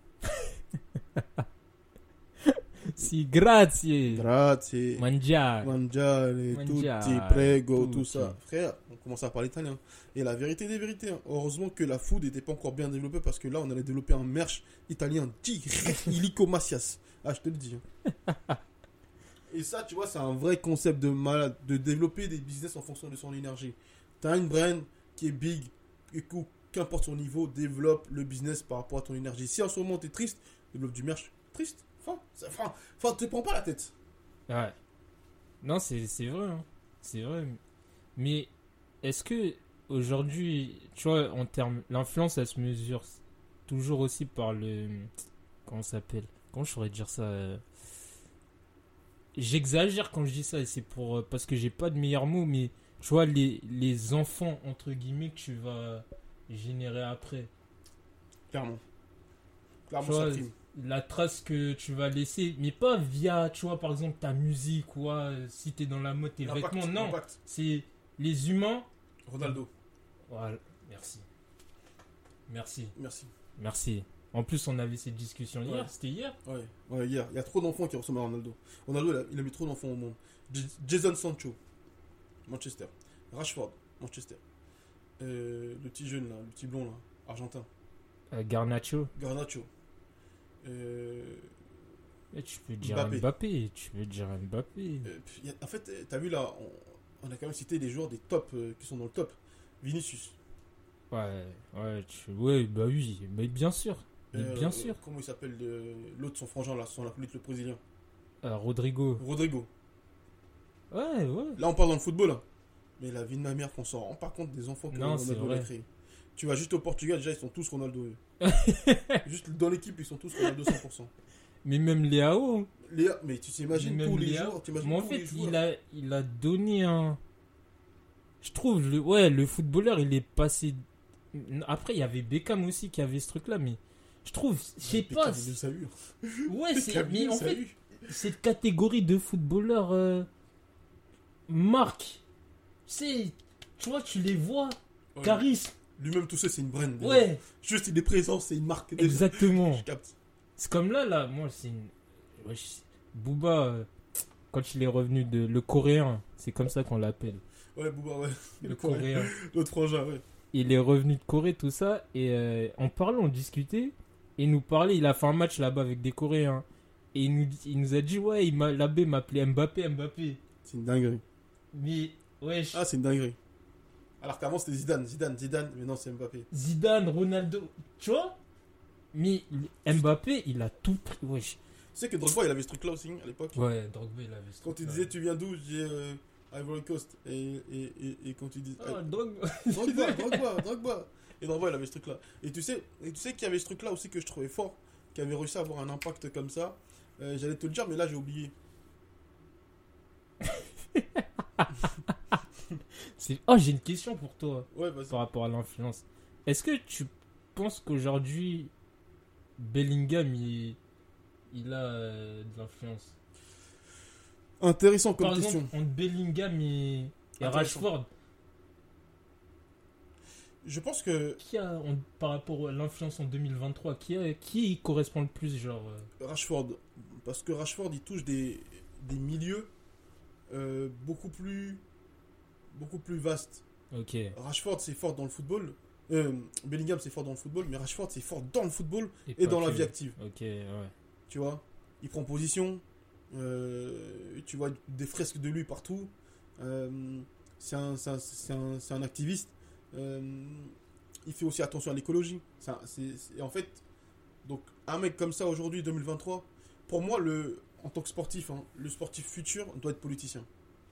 C: Si, grazie.
B: Grazie.
C: Mangiare.
B: Mangiare,
C: Mangiare,
B: tutti, prego,
C: tutti.
B: tout ça. Frère, on commence à parler italien. Et la vérité des vérités, hein, heureusement que la food n'était pas encore bien développée parce que là, on allait développer un merch italien direct, illico macias. Ah, je te le dis. hein. Et ça, tu vois, c'est un vrai concept de malade, de développer des business en fonction de son énergie. Tu as une brand qui est big, et que, qu'importe son niveau, développe le business par rapport à ton énergie. Si en ce moment tu es triste, développe du merch triste. Enfin, ça, enfin, enfin, te prends pas la tête.
C: Ouais. Non, c'est, c'est vrai. hein. C'est vrai. Mais est-ce que aujourd'hui, tu vois, en termes. L'influence, elle se mesure toujours aussi par le. Comment ça s'appelle? Comment je pourrais dire ça euh, J'exagère quand je dis ça, et c'est pour. euh, Parce que j'ai pas de meilleur mot, mais tu vois, les, les enfants, entre guillemets, que tu vas générer après.
B: Clairement. Clairement,
C: tu vois,
B: ça prime.
C: la trace que tu vas laisser, mais pas via, tu vois, par exemple, ta musique ou euh, si t'es dans la mode, tes
B: L'impact,
C: vêtements. Non,
B: l'impact.
C: c'est les humains.
B: Ronaldo,
C: Voilà, merci. Merci,
B: merci.
C: merci. En plus, on avait cette discussion hier,
B: Ouais.
C: c'était hier.
B: Ouais, ouais, hier. Il y a trop d'enfants qui ressemblent à Ronaldo. Ronaldo, il a, il a mis trop d'enfants au monde. J- Jason Sancho, Manchester. Rashford, Manchester. Euh, le petit jeune, là, le petit blond, là, argentin.
C: Euh, Garnacho,
B: Garnacho. Euh,
C: eh, tu peux dire
B: Mbappé.
C: Mbappé. tu peux dire Mbappé.
B: euh, y a- en fait, euh, t'as vu là, on, on a quand même cité des joueurs des tops euh, qui sont dans le top. Vinicius.
C: Ouais, ouais, tu... ouais, bah oui, mais bien sûr, mais
B: Euh,
C: bien sûr.
B: Comment il s'appelle euh, l'autre, son frangin là, son appelé le brésilien.
C: Euh, Rodrigo.
B: Rodrigo.
C: Ouais, ouais.
B: Là, on parle dans le football. Là. Mais la vie de ma mère, qu'on s'en rend pas compte des enfants que
C: Non, c'est
B: Ronaldo
C: vrai.
B: a créé. Tu vas juste au Portugal, déjà, ils sont tous Ronaldo. eux. Juste dans l'équipe, ils sont tous Ronaldo cent pour cent.
C: Mais même Léao.
B: Léa, mais tu t'imagines
C: Même
B: tous les
C: Léa.
B: joueurs. t'imagines
C: Mais en
B: tous
C: fait,
B: les joueurs.
C: il a, il a donné un. Je trouve, le, ouais, le footballeur, il est passé. Après, il y avait Beckham aussi qui avait ce truc-là, mais je trouve, je sais
B: Beckham,
C: pas.
B: il nous a eu.
C: Ouais, c'est.
B: Beckham, il
C: Mais en
B: nous a
C: fait,
B: eu.
C: cette catégorie de footballeurs euh, marque. C'est. Tu vois, tu les vois.
B: Ouais.
C: Charisme.
B: Lui-même, tout ça, c'est une brand. déjà.
C: Ouais,
B: Juste, il est présent, c'est une marque. déjà.
C: exactement.
B: Je capte.
C: C'est comme là, là, moi, c'est une. Ouais, je- Booba, euh, quand il est revenu de. Le coréen, c'est comme ça qu'on l'appelle.
B: Ouais, Booba, ouais.
C: Le coréen.
B: L'autre frangin, ouais.
C: Il est revenu de Corée, tout ça, et euh, en parlant, on discutait, et il nous parlait, il a fait un match là-bas avec des Coréens, et il nous, dit- il nous a dit, ouais, il m'a, l'abbé m'appelait Mbappé, Mbappé.
B: C'est une dinguerie.
C: Mais, ouais,
B: Ah, c'est une dinguerie. Alors qu'avant, c'était Zidane, Zidane, Zidane. Mais non, c'est Mbappé.
C: Zidane, Ronaldo, tu vois. Mais Mbappé, il a tout pris, wesh.
B: Tu sais que Drogba, il avait ce truc-là aussi, à l'époque.
C: Ouais, Drogba, il avait ce
B: Quand il
C: truc-là.
B: disait, tu viens d'où? Je dis euh, Ivory Coast. Et, et, et, et quand il dit.
C: Ah, Drogba.
B: Drogba, Drogba, Drogba. Et Drogba, il avait ce truc-là. Et tu sais, et tu sais qu'il y avait ce truc-là aussi que je trouvais fort, qui avait réussi à avoir un impact comme ça. Euh, J'allais te le dire, mais là, j'ai oublié.
C: C'est... Oh, j'ai une question pour toi.
B: Ouais, vas-y.
C: Par rapport à l'influence. Est-ce que tu penses qu'aujourd'hui, Bellingham, il, il a euh, de l'influence?
B: Intéressant comme
C: Par
B: question.
C: exemple, entre Bellingham et, et
B: Intéressant.
C: Rashford,
B: Je pense que
C: qui a, en- par rapport à l'influence en deux mille vingt-trois, qui, a, qui correspond le plus, genre euh,
B: Rashford, parce que Rashford, il touche des, des milieux euh, beaucoup plus beaucoup plus vastes.
C: Ok.
B: Rashford, c'est fort dans le football. Euh, Bellingham, c'est fort dans le football, mais Rashford, c'est fort dans le football et
C: pas
B: dans la
C: que-
B: vie active.
C: Ok, ouais.
B: Tu vois, il prend position. euh, tu vois des fresques de lui partout. Euh, c'est un, c'est un, c'est un, c'est un activiste. Euh, il fait aussi attention à l'écologie. C'est un- c'est- c'est- en fait, donc un mec comme ça aujourd'hui, deux mille vingt-trois, pour moi, le, en tant que sportif, hein, le sportif futur doit être politicien.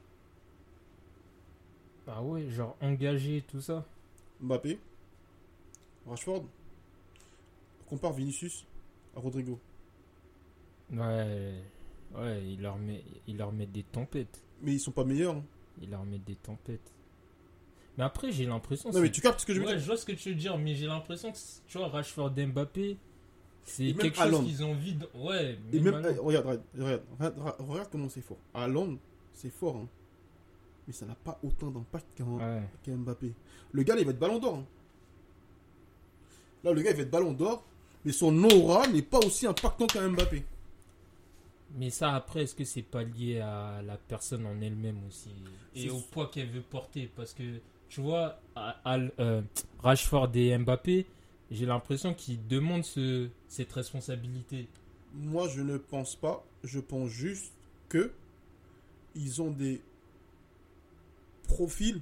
C: Ah ouais, genre engagé, tout ça.
B: Mbappé, Rashford, compare Vinicius à Rodrigo.
C: Ouais. Ouais, il leur met, il leur met des tempêtes.
B: Mais ils sont pas meilleurs. hein.
C: Il leur met des tempêtes. Mais après, j'ai l'impression...
B: Non,
C: c'est-
B: mais tu captes ce que je veux
C: Ouais,
B: dire.
C: je vois ce que tu veux dire, mais j'ai l'impression que, tu vois, Rashford et Mbappé, c'est
B: Et même
C: quelque
B: Haaland.
C: chose qu'ils ont envie de... Ouais,
B: Et
C: même
B: même,
C: Haaland.
B: eh, regarde, regarde, regarde, regarde, regarde comment c'est fort. Haaland, c'est fort, hein. Mais ça n'a pas autant d'impact qu'un
C: Ouais.
B: qu'un Mbappé. Le gars, là, il va être ballon d'or. hein. Là, le gars, il va être ballon d'or, mais son aura n'est pas aussi impactant qu'un Mbappé.
C: Mais ça, après, est-ce que c'est pas lié à la personne en elle-même aussi et
B: C'est-
C: au poids qu'elle veut porter? Parce que, tu vois, à- à- euh, Rashford et Mbappé, j'ai l'impression qu'ils demandent ce, cette responsabilité.
B: Moi, je ne pense pas. Je pense juste que ils ont des profils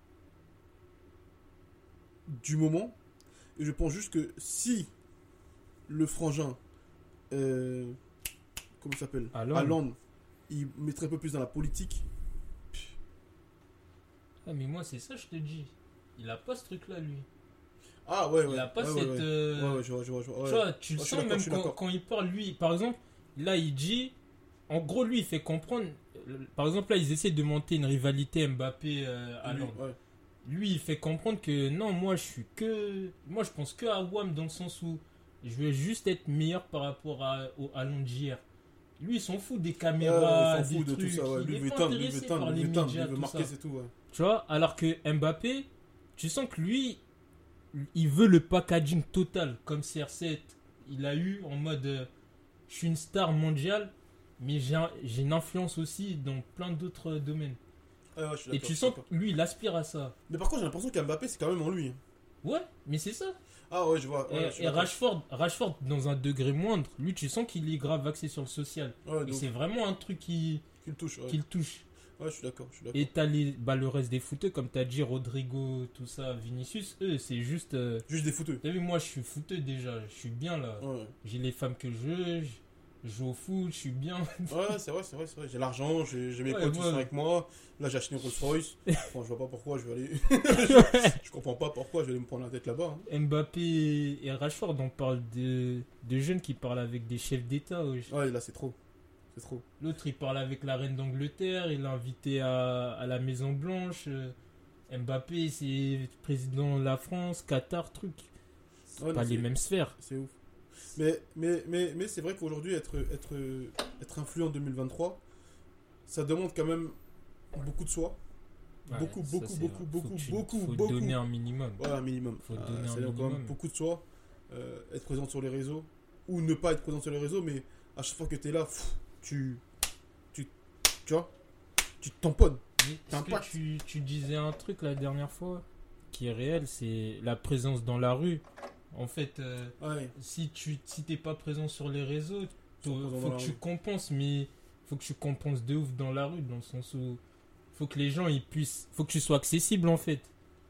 B: du moment. Et je pense juste que si le frangin, euh, comment il s'appelle,
C: Haaland.
B: Haaland, il mettrait un peu plus dans la politique.
C: Ah, mais moi, c'est ça, je te dis. Il a pas ce truc-là, lui.
B: Ah ouais, ouais.
C: Il a pas
B: ouais,
C: cette...
B: ouais, ouais.
C: euh,
B: Ouais, ouais, je vois, je vois, je vois. Ouais.
C: Tu vois, tu le
B: Ouais, je suis
C: sens
B: d'accord,
C: même
B: je suis
C: quand,
B: d'accord.
C: quand il parle, lui, par exemple, là, il dit, en gros, lui, il fait comprendre, euh, par exemple, là, ils essaient de monter une rivalité Mbappé euh, à
B: Lui,
C: Londres.
B: ouais.
C: Lui, il fait comprendre que non, moi, je suis que, moi, je pense que à Wam dans le sens où Je veux juste être meilleur par rapport à, au, à l'Angier. Lui, il s'en fout des caméras,
B: ouais, il s'en
C: des
B: fout de
C: trucs.
B: tout ça, ouais.
C: Il
B: Lui,
C: est
B: il veut
C: pas
B: teindre, lui, il
C: intéressé
B: veut teindre,
C: par
B: lui,
C: les
B: il veut teindre,
C: médias,
B: il veut
C: tout
B: marquer,
C: ça.
B: c'est tout, ouais.
C: Tu vois, alors que Mbappé, tu sens que lui, il veut le packaging total, comme C R sept. Il a eu en mode, euh, je suis une star mondiale, mais j'ai, un- j'ai une influence aussi dans plein d'autres domaines.
B: Ouais, ouais, je suis
C: Et
B: d'accord,
C: tu
B: je suis
C: sens
B: d'accord.
C: que lui, il aspire à ça.
B: Mais par contre, j'ai l'impression qu'Mbappé, c'est quand même en lui. hein.
C: Ouais, mais c'est ça.
B: Ah ouais, je vois. Ouais,
C: et
B: je suis
C: et
B: d'accord.
C: Rashford, Rashford, dans un degré moindre, lui, tu sens qu'il est grave axé sur le social.
B: Ouais,
C: Et
B: donc,
C: c'est vraiment un truc qui,
B: qui le touche. Ouais.
C: qui le touche.
B: Ouais, je suis d'accord, je suis d'accord.
C: Et t'as les, bah, le reste des footeux, comme t'as dit, Rodrigo, tout ça, Vinicius, eux, c'est juste. euh,
B: Juste des fouteux.
C: T'as vu, moi, je suis footeux déjà, je suis bien là.
B: Ouais.
C: J'ai les femmes que je veux, je je joue au foot, je suis bien.
B: Ouais, c'est vrai, c'est vrai, c'est vrai. J'ai l'argent, j'ai j'ai mes
C: Ouais,
B: potes qui
C: moi-
B: sont avec moi. Là, j'ai acheté une Rolls Royce. Bon, je vois pas pourquoi je vais aller. je, je comprends pas pourquoi je vais aller me prendre la tête là-bas. hein.
C: Mbappé et Rashford, on parle de, de jeunes qui parlent avec des chefs d'État. wesh.
B: Ouais, là, c'est trop. C'est trop.
C: L'autre, il parle avec la reine d'Angleterre, il l'a invité à, à la Maison Blanche. Euh, Mbappé, c'est président de la France, Qatar, truc. C'est
B: Ouais, non,
C: pas les
B: c'est-
C: mêmes sphères.
B: C'est ouf. Mais, mais, mais, mais c'est vrai qu'aujourd'hui, être, être, être influent en deux mille vingt-trois, ça demande quand même beaucoup de soi.
C: Ouais,
B: beaucoup,
C: ça,
B: beaucoup,
C: c'est
B: beaucoup,
C: vrai.
B: beaucoup,
C: Faut que tu-
B: beaucoup,
C: faut
B: beaucoup.
C: donner un minimum.
B: Ouais, un minimum.
C: Faut
B: Ah,
C: donner un
B: c'est-à-dire quand même
C: minimum.
B: beaucoup de soi. Euh, être présent sur les réseaux. Ou ne pas être présent sur les réseaux, mais à chaque fois que tu es là, pff, tu, tu. Tu vois Tu te tamponnes.
C: Mais
B: T'as un
C: est-ce que
B: pacte.
C: tu, tu disais un truc la dernière fois qui est réel, c'est la présence dans la rue. En fait, euh,
B: Ouais.
C: si tu si t'es pas présent sur les réseaux,
B: Ils sont
C: faut
B: présents dans la
C: que tu
B: rue.
C: compenses, mais faut que tu compenses de ouf dans la rue, dans le sens où faut que les gens ils puissent, faut que tu sois accessible en fait.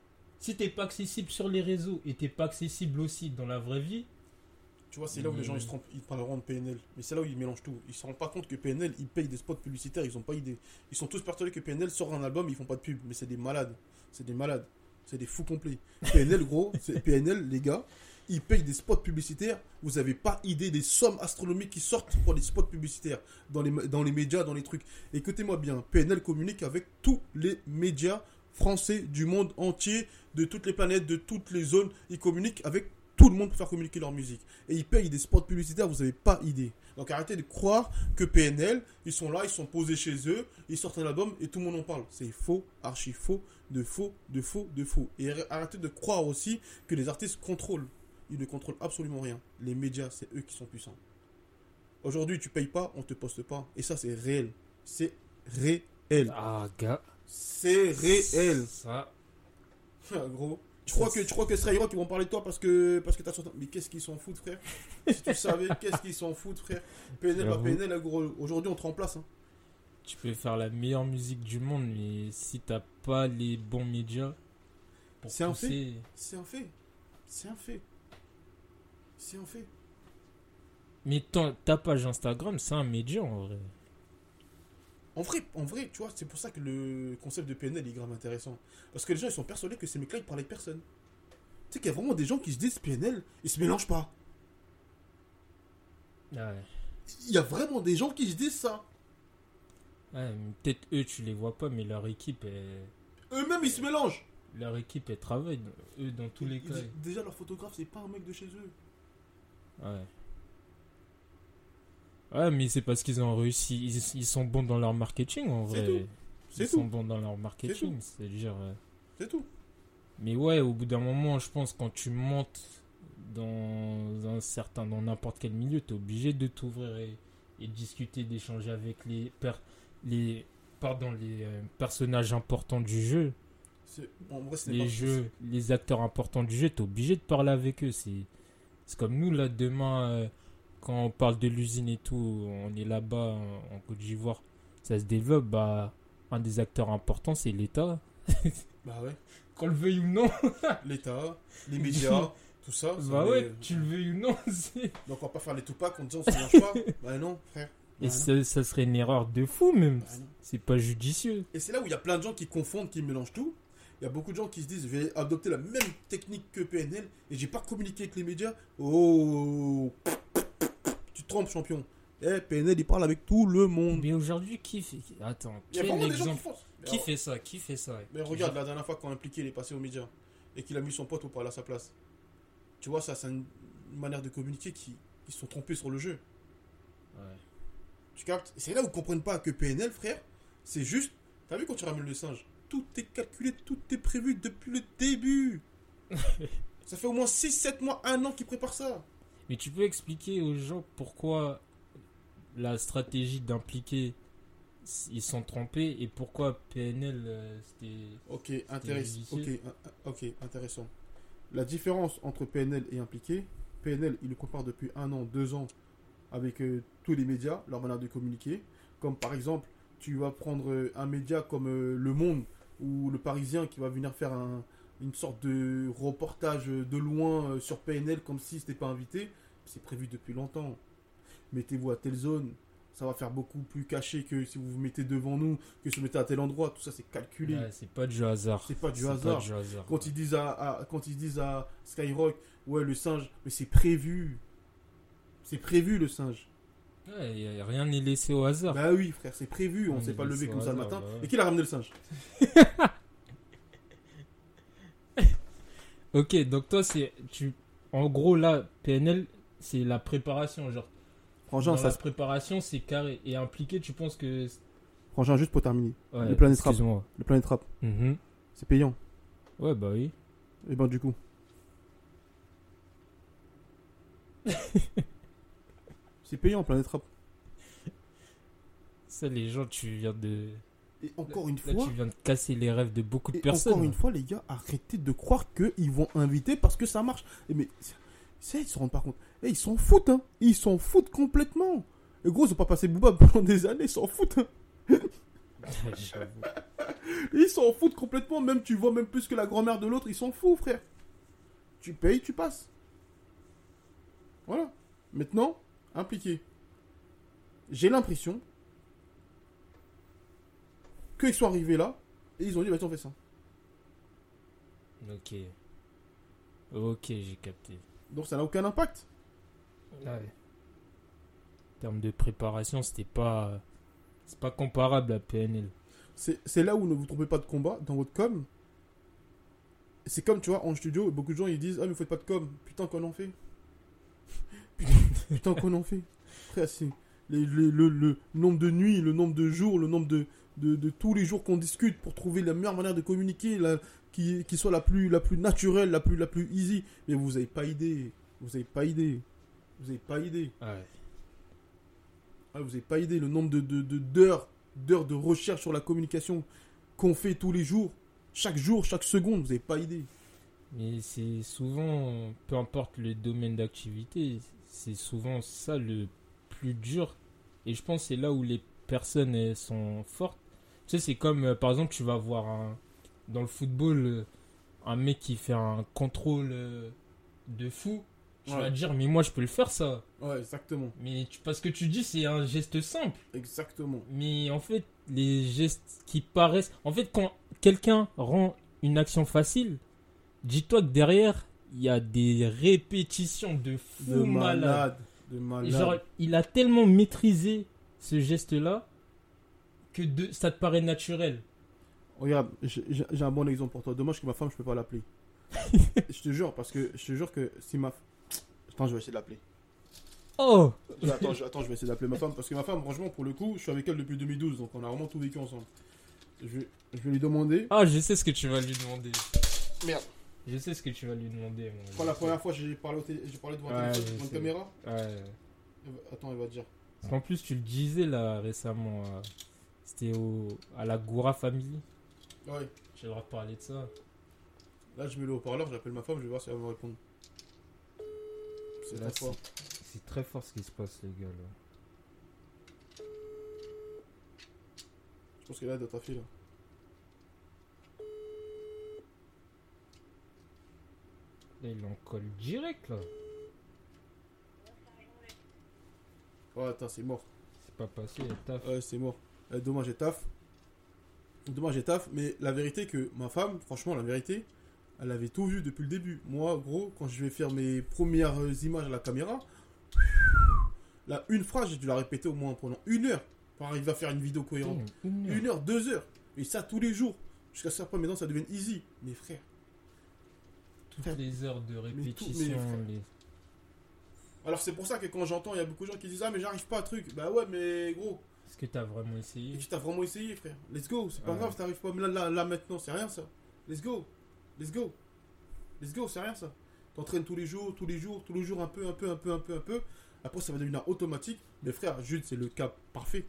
C: Si t'es pas accessible sur les réseaux et t'es pas accessible aussi dans la vraie vie,
B: Tu vois, c'est là où les gens ils se trompent, ils parleront de P N L. Mais c'est là où ils mélangent tout. Ils se rendent pas compte que P N L, ils payent des spots publicitaires, ils ont pas idée. Ils sont tous persuadés que P N L sort un album, ils font pas de pub. Mais c'est des malades. C'est des malades. C'est des fous complets. P N L, gros, c'est P N L, les gars, ils payent des spots publicitaires. Vous avez pas idée des sommes astronomiques qui sortent pour les spots publicitaires dans les, dans les médias, dans les trucs. Écoutez-moi bien, P N L communique avec tous les médias français du monde entier, de toutes les planètes, de toutes les zones. Ils communiquent avec tout le monde pour faire communiquer leur musique. Et ils payent des spots publicitaires, vous n'avez pas idée. Donc arrêtez de croire que P N L, ils sont là, ils sont posés chez eux, ils sortent un album et tout le monde en parle. C'est faux, archi faux, de faux, de faux, de faux. Et arrêtez de croire aussi que les artistes contrôlent. Ils ne contrôlent absolument rien. Les médias, c'est eux qui sont puissants. Aujourd'hui, tu payes pas, on te poste pas. Et ça, c'est réel. C'est réel.
C: ah gars,
B: C'est réel.
C: ça,
B: Ah, gros. Tu crois que tu crois que Skyrock ils vont parler de toi parce que parce que t'as sorti. Mais qu'est-ce qu'ils s'en foutent, frère? Si tu savais, qu'est-ce qu'ils s'en foutent, frère? P N L, pas
C: J'avoue.
B: P N L, gros. Aujourd'hui, on te remplace. Hein.
C: tu peux faire la meilleure musique du monde, mais si t'as pas les bons médias pour
B: C'est un
C: pousser,
B: C'est un fait. C'est un fait. C'est un fait.
C: mais ton- ta page Instagram, c'est un média en vrai.
B: En vrai, en vrai, tu vois, c'est pour ça que le concept de P N L est grave intéressant. Parce que les gens, ils sont persuadés que ces mecs-là, ils parlent avec personne. Tu sais qu'il y a vraiment des gens qui se disent P N L, ils se mélangent pas.
C: Ouais.
B: Il y a vraiment des gens qui se disent ça.
C: Ouais, mais peut-être eux tu les vois pas, mais leur équipe est...
B: Eux-mêmes, ils se mélangent.
C: leur équipe elle travaille eux dans tous les
B: Ils-
C: cas.
B: Déjà, leur photographe, c'est pas un mec de chez eux.
C: Ouais. Ouais, mais c'est parce qu'ils ont réussi, ils, ils sont bons dans leur marketing en
B: C'est
C: vrai.
B: tout. C'est
C: Ils
B: tout.
C: sont bons dans leur marketing, c'est-à-dire. euh,
B: C'est tout.
C: Mais ouais, au bout d'un moment, je pense quand tu montes dans un certain, dans n'importe quel milieu, t'es obligé de t'ouvrir et, et discuter, d'échanger avec les per- les pardon les euh, personnages importants du jeu,
B: C'est- En vrai, c'est
C: les
B: pas-
C: jeux, les acteurs importants du jeu, t'es obligé de parler avec eux. C'est c'est comme nous là demain euh, quand on parle de l'usine et tout, on est là-bas en, en Côte d'Ivoire, ça se développe. Bah un des acteurs importants c'est l'État,
B: Bah ouais.
C: qu'on le veuille ou non.
B: L'État, les médias, tout ça. ça,
C: Bah
B: on
C: ouais,
B: est-
C: tu le veuilles ou non. c'est-
B: Donc on va pas faire les Tupac en disant on se mélange pas. Bah non, frère.
C: Et
B: Bah non.
C: ça, ça serait une erreur de fou même.
B: Bah non.
C: C'est pas judicieux.
B: Et c'est là où il y a plein de gens qui confondent, qui mélangent tout. Il y a beaucoup de gens qui se disent, je vais adopter la même technique que P N L et j'ai pas communiqué avec les médias. Oh, tu te trompes, champion. Eh, P N L, il parle avec tout le monde.
C: Mais aujourd'hui, qui fait... Attends,
B: Il y a
C: quel
B: vraiment des gens qui
C: exemple
B: font. Mais
C: Qui
B: alors-
C: fait ça Qui fait ça
B: Mais regarde, la dernière fois quand impliqué, il est passé aux médias et qu'il a mis son pote pour parler à sa place. Tu vois, ça, c'est une, une manière de communiquer qui, qui se sont trompés sur le jeu.
C: Ouais.
B: Tu captes? C'est là où ils comprennent pas que P N L, frère, c'est juste. T'as vu quand tu ramènes le singe? Tout est calculé, tout est prévu depuis le début. Ça fait au moins six sept mois, un an qu'ils préparent ça.
C: Mais tu peux expliquer aux gens pourquoi la stratégie d'impliquer ils sont trompés et pourquoi P N L euh, c'était.
B: Ok, intéressant. Ok, uh, ok, intéressant. La différence entre P N L et impliqué, P N L, il le compare depuis un an, deux ans avec euh, tous les médias, leur manière de communiquer. Comme par exemple, tu vas prendre euh, un média comme euh, Le Monde ou Le Parisien qui va venir faire un, une sorte de reportage de loin euh, sur P N L comme si c'était pas invité. C'est prévu depuis longtemps. Mettez-vous à telle zone. Ça va faire beaucoup plus caché que si vous vous mettez devant nous, que si vous mettez à tel endroit. Tout ça, c'est calculé.
C: Ouais, c'est pas du hasard.
B: C'est pas du
C: c'est
B: hasard.
C: Pas du hasard.
B: Quand, ils disent à, à, quand ils disent à Skyrock, ouais, le singe, mais c'est prévu. C'est prévu, le singe.
C: Ouais, y a, rien n'est laissé au hasard.
B: Bah oui, frère, c'est prévu. On
C: On
B: s'est
C: est
B: pas levé
C: laissé
B: comme
C: au
B: ça le
C: hasard,
B: matin.
C: bah ouais.
B: Et qui l'a ramené le singe?
C: Ok, donc toi, c'est. Tu, en gros, là, P N L, c'est la préparation. Genre,
B: Frangin,
C: dans
B: ça
C: la
B: se-
C: préparation, c'est carré. Et impliqué, tu penses que.
B: Frangin, juste pour terminer.
C: Ouais,
B: le Planet Rap.
C: excuse-moi.
B: Le Planet Rap,
C: Mhm.
B: c'est payant.
C: Ouais, bah oui.
B: Et ben du coup. C'est payant, Planet Rap.
C: Ça, les gens, tu viens de.
B: Et encore une
C: Là,
B: fois.
C: tu viens de casser les rêves de beaucoup de
B: Et
C: personnes.
B: encore une fois, les gars, arrêtez de croire qu'ils vont inviter parce que ça marche. Et mais, c'est, ils se rendent pas compte. Et ils s'en foutent, hein. Ils s'en foutent complètement. Et gros, ils ont pas passé Booba pendant des années, ils s'en foutent. Hein.
C: J'avoue.
B: Ils s'en foutent complètement. Même tu vois même plus que la grand-mère de l'autre, ils s'en foutent, frère. Tu payes, tu passes. Voilà. Maintenant, impliqué. J'ai l'impression qu'ils sont arrivés là et ils ont dit, vas-y, on fait ça.
C: Ok. Ok, j'ai capté.
B: Donc ça n'a aucun impact.
C: Ouais. En termes de préparation, c'était pas. C'est pas comparable à P N L.
B: C'est, c'est là où ne vous trompez pas de combat dans votre com. C'est comme, tu vois, en studio, beaucoup de gens ils disent, ah, mais vous faites pas de com. Putain, qu'on en fait. Putain, putain, qu'on en fait. Frère, c'est les, les- le, le nombre de nuits, le nombre de jours, le nombre de, de, de tous les jours qu'on discute pour trouver la meilleure manière de communiquer, la, qui, qui soit la plus, la plus naturelle, la plus, la plus easy. Mais vous avez pas idée. Vous avez pas idée. Vous avez pas idée.
C: Ouais.
B: Ah, vous n'avez pas idée le nombre de, de, de- d'heures, d'heures de recherche sur la communication qu'on fait tous les jours, chaque jour, chaque seconde, vous n'avez pas idée.
C: Mais c'est souvent, peu importe le domaine d'activité, c'est souvent ça le plus dur. Et je pense que c'est là où les personnes elles, sont fortes. Tu sais, c'est comme, euh, par exemple, tu vas voir un, dans le football euh, un mec qui fait un contrôle euh, de fou. Tu
B: Ouais.
C: vas te dire, mais moi je peux le faire ça.
B: Ouais, exactement.
C: Mais tu, parce que tu dis, c'est un geste simple.
B: Exactement.
C: Mais en fait, les gestes qui paraissent... En fait, quand quelqu'un rend une action facile, dis-toi que derrière, il y a des répétitions de fou
B: De
C: malade.
B: malade. De malade.
C: Genre, il a tellement maîtrisé ce geste-là que de, ça te paraît naturel.
B: Regarde, j'ai, j'ai- j'ai un bon exemple pour toi. Dommage que ma femme, je peux pas l'appeler. Je te jure, parce que je te jure que si ma... Attends, je vais essayer de l'appeler.
C: Oh
B: Attends, je, attends, je vais essayer d'appeler ma femme. Parce que ma femme, franchement, pour le coup, je suis avec elle depuis deux mille douze. Donc on a vraiment tout vécu ensemble. Je vais, je vais lui demander.
C: Ah, je sais ce que tu vas lui demander.
B: Merde.
C: Je sais ce que tu vas lui demander. Moi.
B: Quand la première fois, j'ai parlé, au télé- j'ai parlé devant un
C: Ouais,
B: téléphone,
C: je
B: devant une
C: sais.
B: caméra.
C: Ouais.
B: elle va- Attends, elle va dire.
C: Parce qu'en plus, tu le disais là récemment. euh, C'était au, à la Goura Family.
B: Ouais.
C: J'ai le droit de parler de ça.
B: Là, je mets le haut-parleur, j'appelle ma femme, je vais voir si elle va me répondre. C'est
C: Là,
B: très fort.
C: c'est- C'est très fort ce qui se passe, les gars. Là.
B: Je pense qu'elle a de ta fille là.
C: Là, il en colle direct là.
B: Ouais, attends, c'est mort.
C: C'est pas passé, il taf.
B: Ouais, c'est mort. Euh, dommage, j'ai taf. Dommage, j'ai taf. Mais la vérité, que ma femme, franchement, la vérité, elle avait tout vu depuis le début. Moi, gros, quand je vais faire mes premières euh, images à la caméra, là, une phrase, j'ai dû la répéter au moins pendant une heure pour arriver à faire une vidéo cohérente.
C: Une heure.
B: Une heure, deux heures. Et ça tous les jours. Jusqu'à ce que maintenant, ça devienne easy. Mes frères.
C: Toutes les heures de
B: tout-
C: répétition.
B: mais frère.
C: les...
B: Alors c'est pour ça que quand j'entends, il y a beaucoup de gens qui disent ah mais j'arrive pas à truc. Bah ouais mais gros.
C: Est-ce que t'as vraiment essayé?
B: Et tu t'as vraiment essayé frère. Let's go. C'est pas
C: Ouais.
B: grave si t'arrives pas. Mais là, là, là maintenant c'est rien ça. Let's go. Let's go. Let's go. C'est rien ça. T'entraînes tous les jours, tous les jours, tous les jours un peu, un peu, un peu, un peu, un peu. Après ça va devenir automatique. Mais frère, Jules c'est le cas parfait.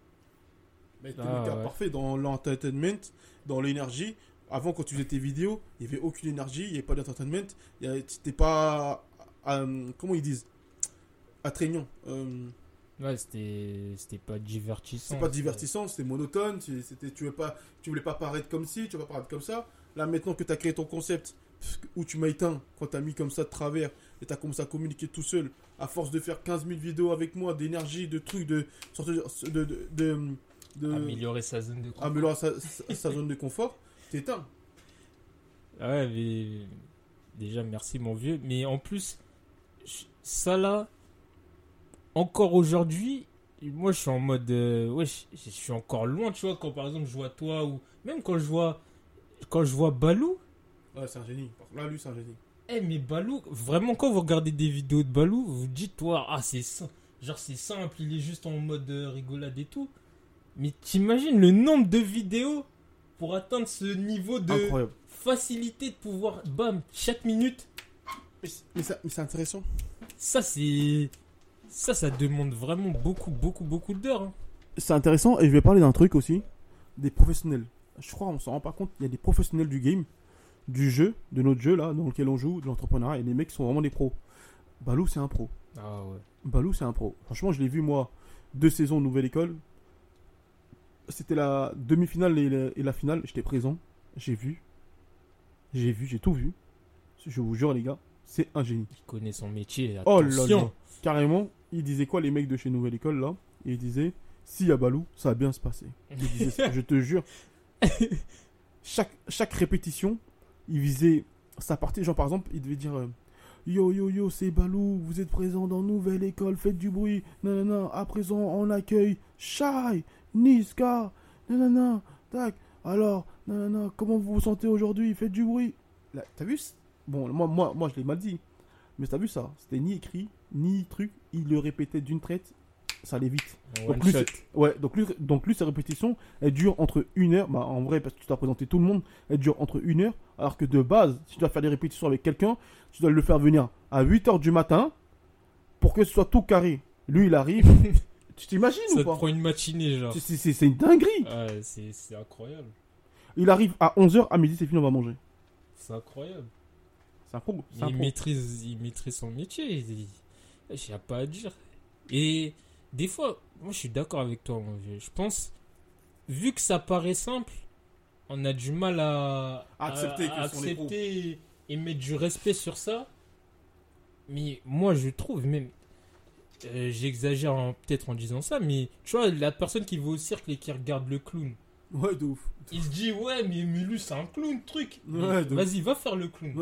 B: Mais c'est
C: Ah,
B: le cas
C: ouais.
B: parfait dans l'entertainment, dans l'énergie. Avant, quand tu faisais tes vidéos, il n'y avait aucune énergie, il n'y avait pas d'entertainment. Il y avait- C'était pas. euh, comment ils disent Attrayant. Euh,
C: Ouais, c'était, c'était pas divertissant.
B: c'est pas divertissant, c'était monotone. tu- C'était, tu, veux pas, tu voulais pas paraître comme ci, tu veux pas paraître comme ça. Là, maintenant que tu as créé ton concept, pff, où tu m'as éteint, quand tu as mis comme ça de travers, et tu as commencé à communiquer tout seul, à force de faire quinze mille vidéos avec moi, d'énergie, de trucs, de. sorte de, de, de, de- de-
C: Améliorer sa zone de confort.
B: améliorer sa, sa- sa zone de confort, t'éteins.
C: Ouais, mais déjà merci mon vieux. Mais en plus, je- ça là, encore aujourd'hui, moi je suis en mode, euh, ouais, je, je suis encore loin, tu vois. Quand par exemple je vois toi ou même quand je vois, quand je vois Balou,
B: Ouais, c'est un génie. Là, lui, c'est un génie.
C: eh mais Balou, vraiment quand vous regardez des vidéos de Balou, vous vous dites toi, ah c'est ça, genre c'est simple, il est juste en mode euh, rigolade et tout. Mais t'imagines le nombre de vidéos pour atteindre ce niveau de
B: Incroyable.
C: facilité de pouvoir, bam, chaque minute.
B: Mais, c'est- mais ça- mais c'est intéressant.
C: Ça, c'est. Ça, ça demande vraiment beaucoup, beaucoup, beaucoup d'heures. hein.
B: C'est intéressant et je vais parler d'un truc aussi. Des professionnels. Je crois on s'en rend pas compte. Il y a des professionnels du game, du jeu, de notre jeu là, dans lequel on joue, de l'entrepreneuriat. Et les mecs sont vraiment des pros. Balou, c'est un pro.
C: Ah ouais.
B: Balou, c'est un pro. Franchement, je l'ai vu moi, deux saisons Nouvelle École. C'était la demi-finale et la, et la finale. J'étais présent. J'ai vu. J'ai vu, j'ai tout vu. Je vous jure, les gars, c'est un génie.
C: Il connaît son métier.
B: Oh là
C: Attention.
B: là. Carrément, il disait quoi les mecs de chez Nouvelle École là? Et il disait, s'il y a Balou, ça va bien se passer. Il disait ça, je te jure. Chaque, chaque répétition, il visait sa partie. Genre par exemple, il devait dire euh, yo yo yo, c'est Balou, vous êtes présent dans Nouvelle École, faites du bruit. Non non non, à présent on accueille Shai, Niska. Non non non, tac. Alors, non non non, comment vous vous sentez aujourd'hui? Faites du bruit. Là, t'as vu? c- Bon, moi moi moi je l'ai mal dit. Mais t'as vu ça? C'était ni écrit, ni truc. Il le répétait d'une traite. Ça allait vite.
C: One
B: Donc lui,
C: shot.
B: c'est- ouais, donc lui, donc lui, sa répétition, elle dure entre une heure, bah en vrai, parce que tu dois présenter tout le monde, elle dure entre une heure, alors que de base, si tu dois faire des répétitions avec quelqu'un, tu dois le faire venir à huit heures du matin, pour que ce soit tout carré. Lui, il arrive, tu t'imagines
C: Ça
B: ou
C: te
B: pas?
C: prend une matinée, genre.
B: C'est- C'est c'est- c'est une dinguerie.
C: Ouais, c'est c'est incroyable.
B: Il arrive à onze heures, à midi, c'est fini, on va manger.
C: C'est incroyable.
B: C'est un pro, c'est
C: Il
B: un pro.
C: maîtrise, il maîtrise son métier. Il n'y a pas à dire. Et des fois, moi je suis d'accord avec toi, mon vieux. Je pense, vu que ça paraît simple, on a du mal à,
B: Accepter
C: à- à
B: que ce sont les pros.
C: accepter et mettre du respect sur ça. Mais moi je trouve même, euh, j'exagère en- peut-être en disant ça, mais tu vois, la personne qui va au cirque et qui regarde le clown,
B: Ouais, de ouf.
C: il se dit ouais, mais, mais lui c'est un clown, truc. Mais
B: Ouais, de
C: vas-y, va faire le clown.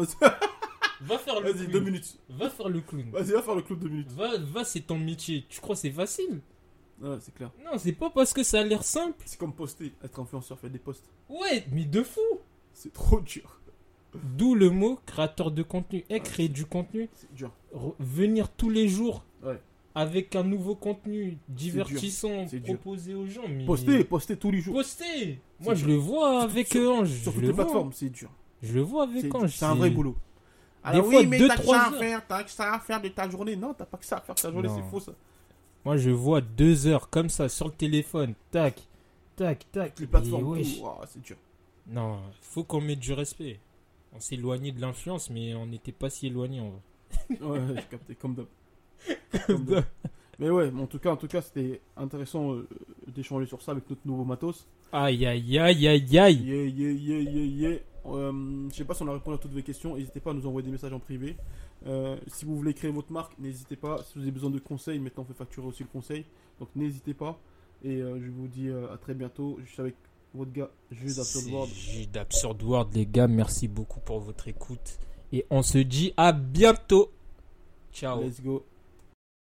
C: Va faire le
B: Vas-y,
C: clown.
B: deux minutes.
C: Va faire le clown.
B: Vas-y, va faire le club deux minutes.
C: Va, va, c'est ton métier. Tu crois que c'est facile?
B: Ouais, c'est clair.
C: Non, c'est pas parce que ça a l'air simple.
B: C'est comme poster, être influenceur, faire des posts.
C: Ouais, mais de fou.
B: C'est trop dur.
C: D'où le mot créateur de contenu. Et créer du contenu.
B: C'est dur.
C: Re- venir tous les jours
B: Ouais.
C: avec un nouveau contenu divertissant
B: C'est dur.
C: proposé aux gens. Mais...
B: Poster, poster tous les jours.
C: Poster. Moi,
B: C'est
C: je
B: dur.
C: le vois avec
B: sur-
C: Ange.
B: Sur
C: Je
B: toutes
C: le
B: les
C: vois.
B: plateformes, c'est dur.
C: Je le vois avec
B: C'est
C: Ange.
B: c'est un vrai boulot.
C: Des fois, deux,
B: t'as que
C: trois
B: ça à
C: heures.
B: faire, t'as que ça à faire de ta journée. Non, t'as pas que ça à faire de ta journée,
C: Non.
B: c'est faux ça.
C: Moi, je vois deux heures comme ça sur le téléphone. Tac, tac, tac.
B: Les
C: Et
B: plateformes,
C: wesh.
B: tout, ouah, c'est dur.
C: Non, faut qu'on mette du respect. On s'est éloigné de l'influence, mais on n'était pas si éloigné en vrai.
B: Ouais, j'ai capté, comme d'hab. Comme d'hab. Mais ouais, mais en tout cas, en tout cas, c'était intéressant euh, d'échanger sur ça avec notre nouveau matos.
C: Aïe, aïe, aïe, aïe, aïe.
B: Yeah, yeah, yeah, yeah, yeah. Euh, je sais pas si on a répondu à toutes vos questions. N'hésitez pas à nous envoyer des messages en privé. Euh, si vous voulez créer votre marque, n'hésitez pas. Si vous avez besoin de conseils, maintenant on fait facturer aussi le conseil. Donc n'hésitez pas. Et euh, je vous dis euh, à très bientôt. Je suis avec votre gars, Jules Absurd World.
C: Jules d'Absurd World, les gars. Merci beaucoup pour votre écoute. Et on se dit à bientôt. Ciao.
B: Let's go.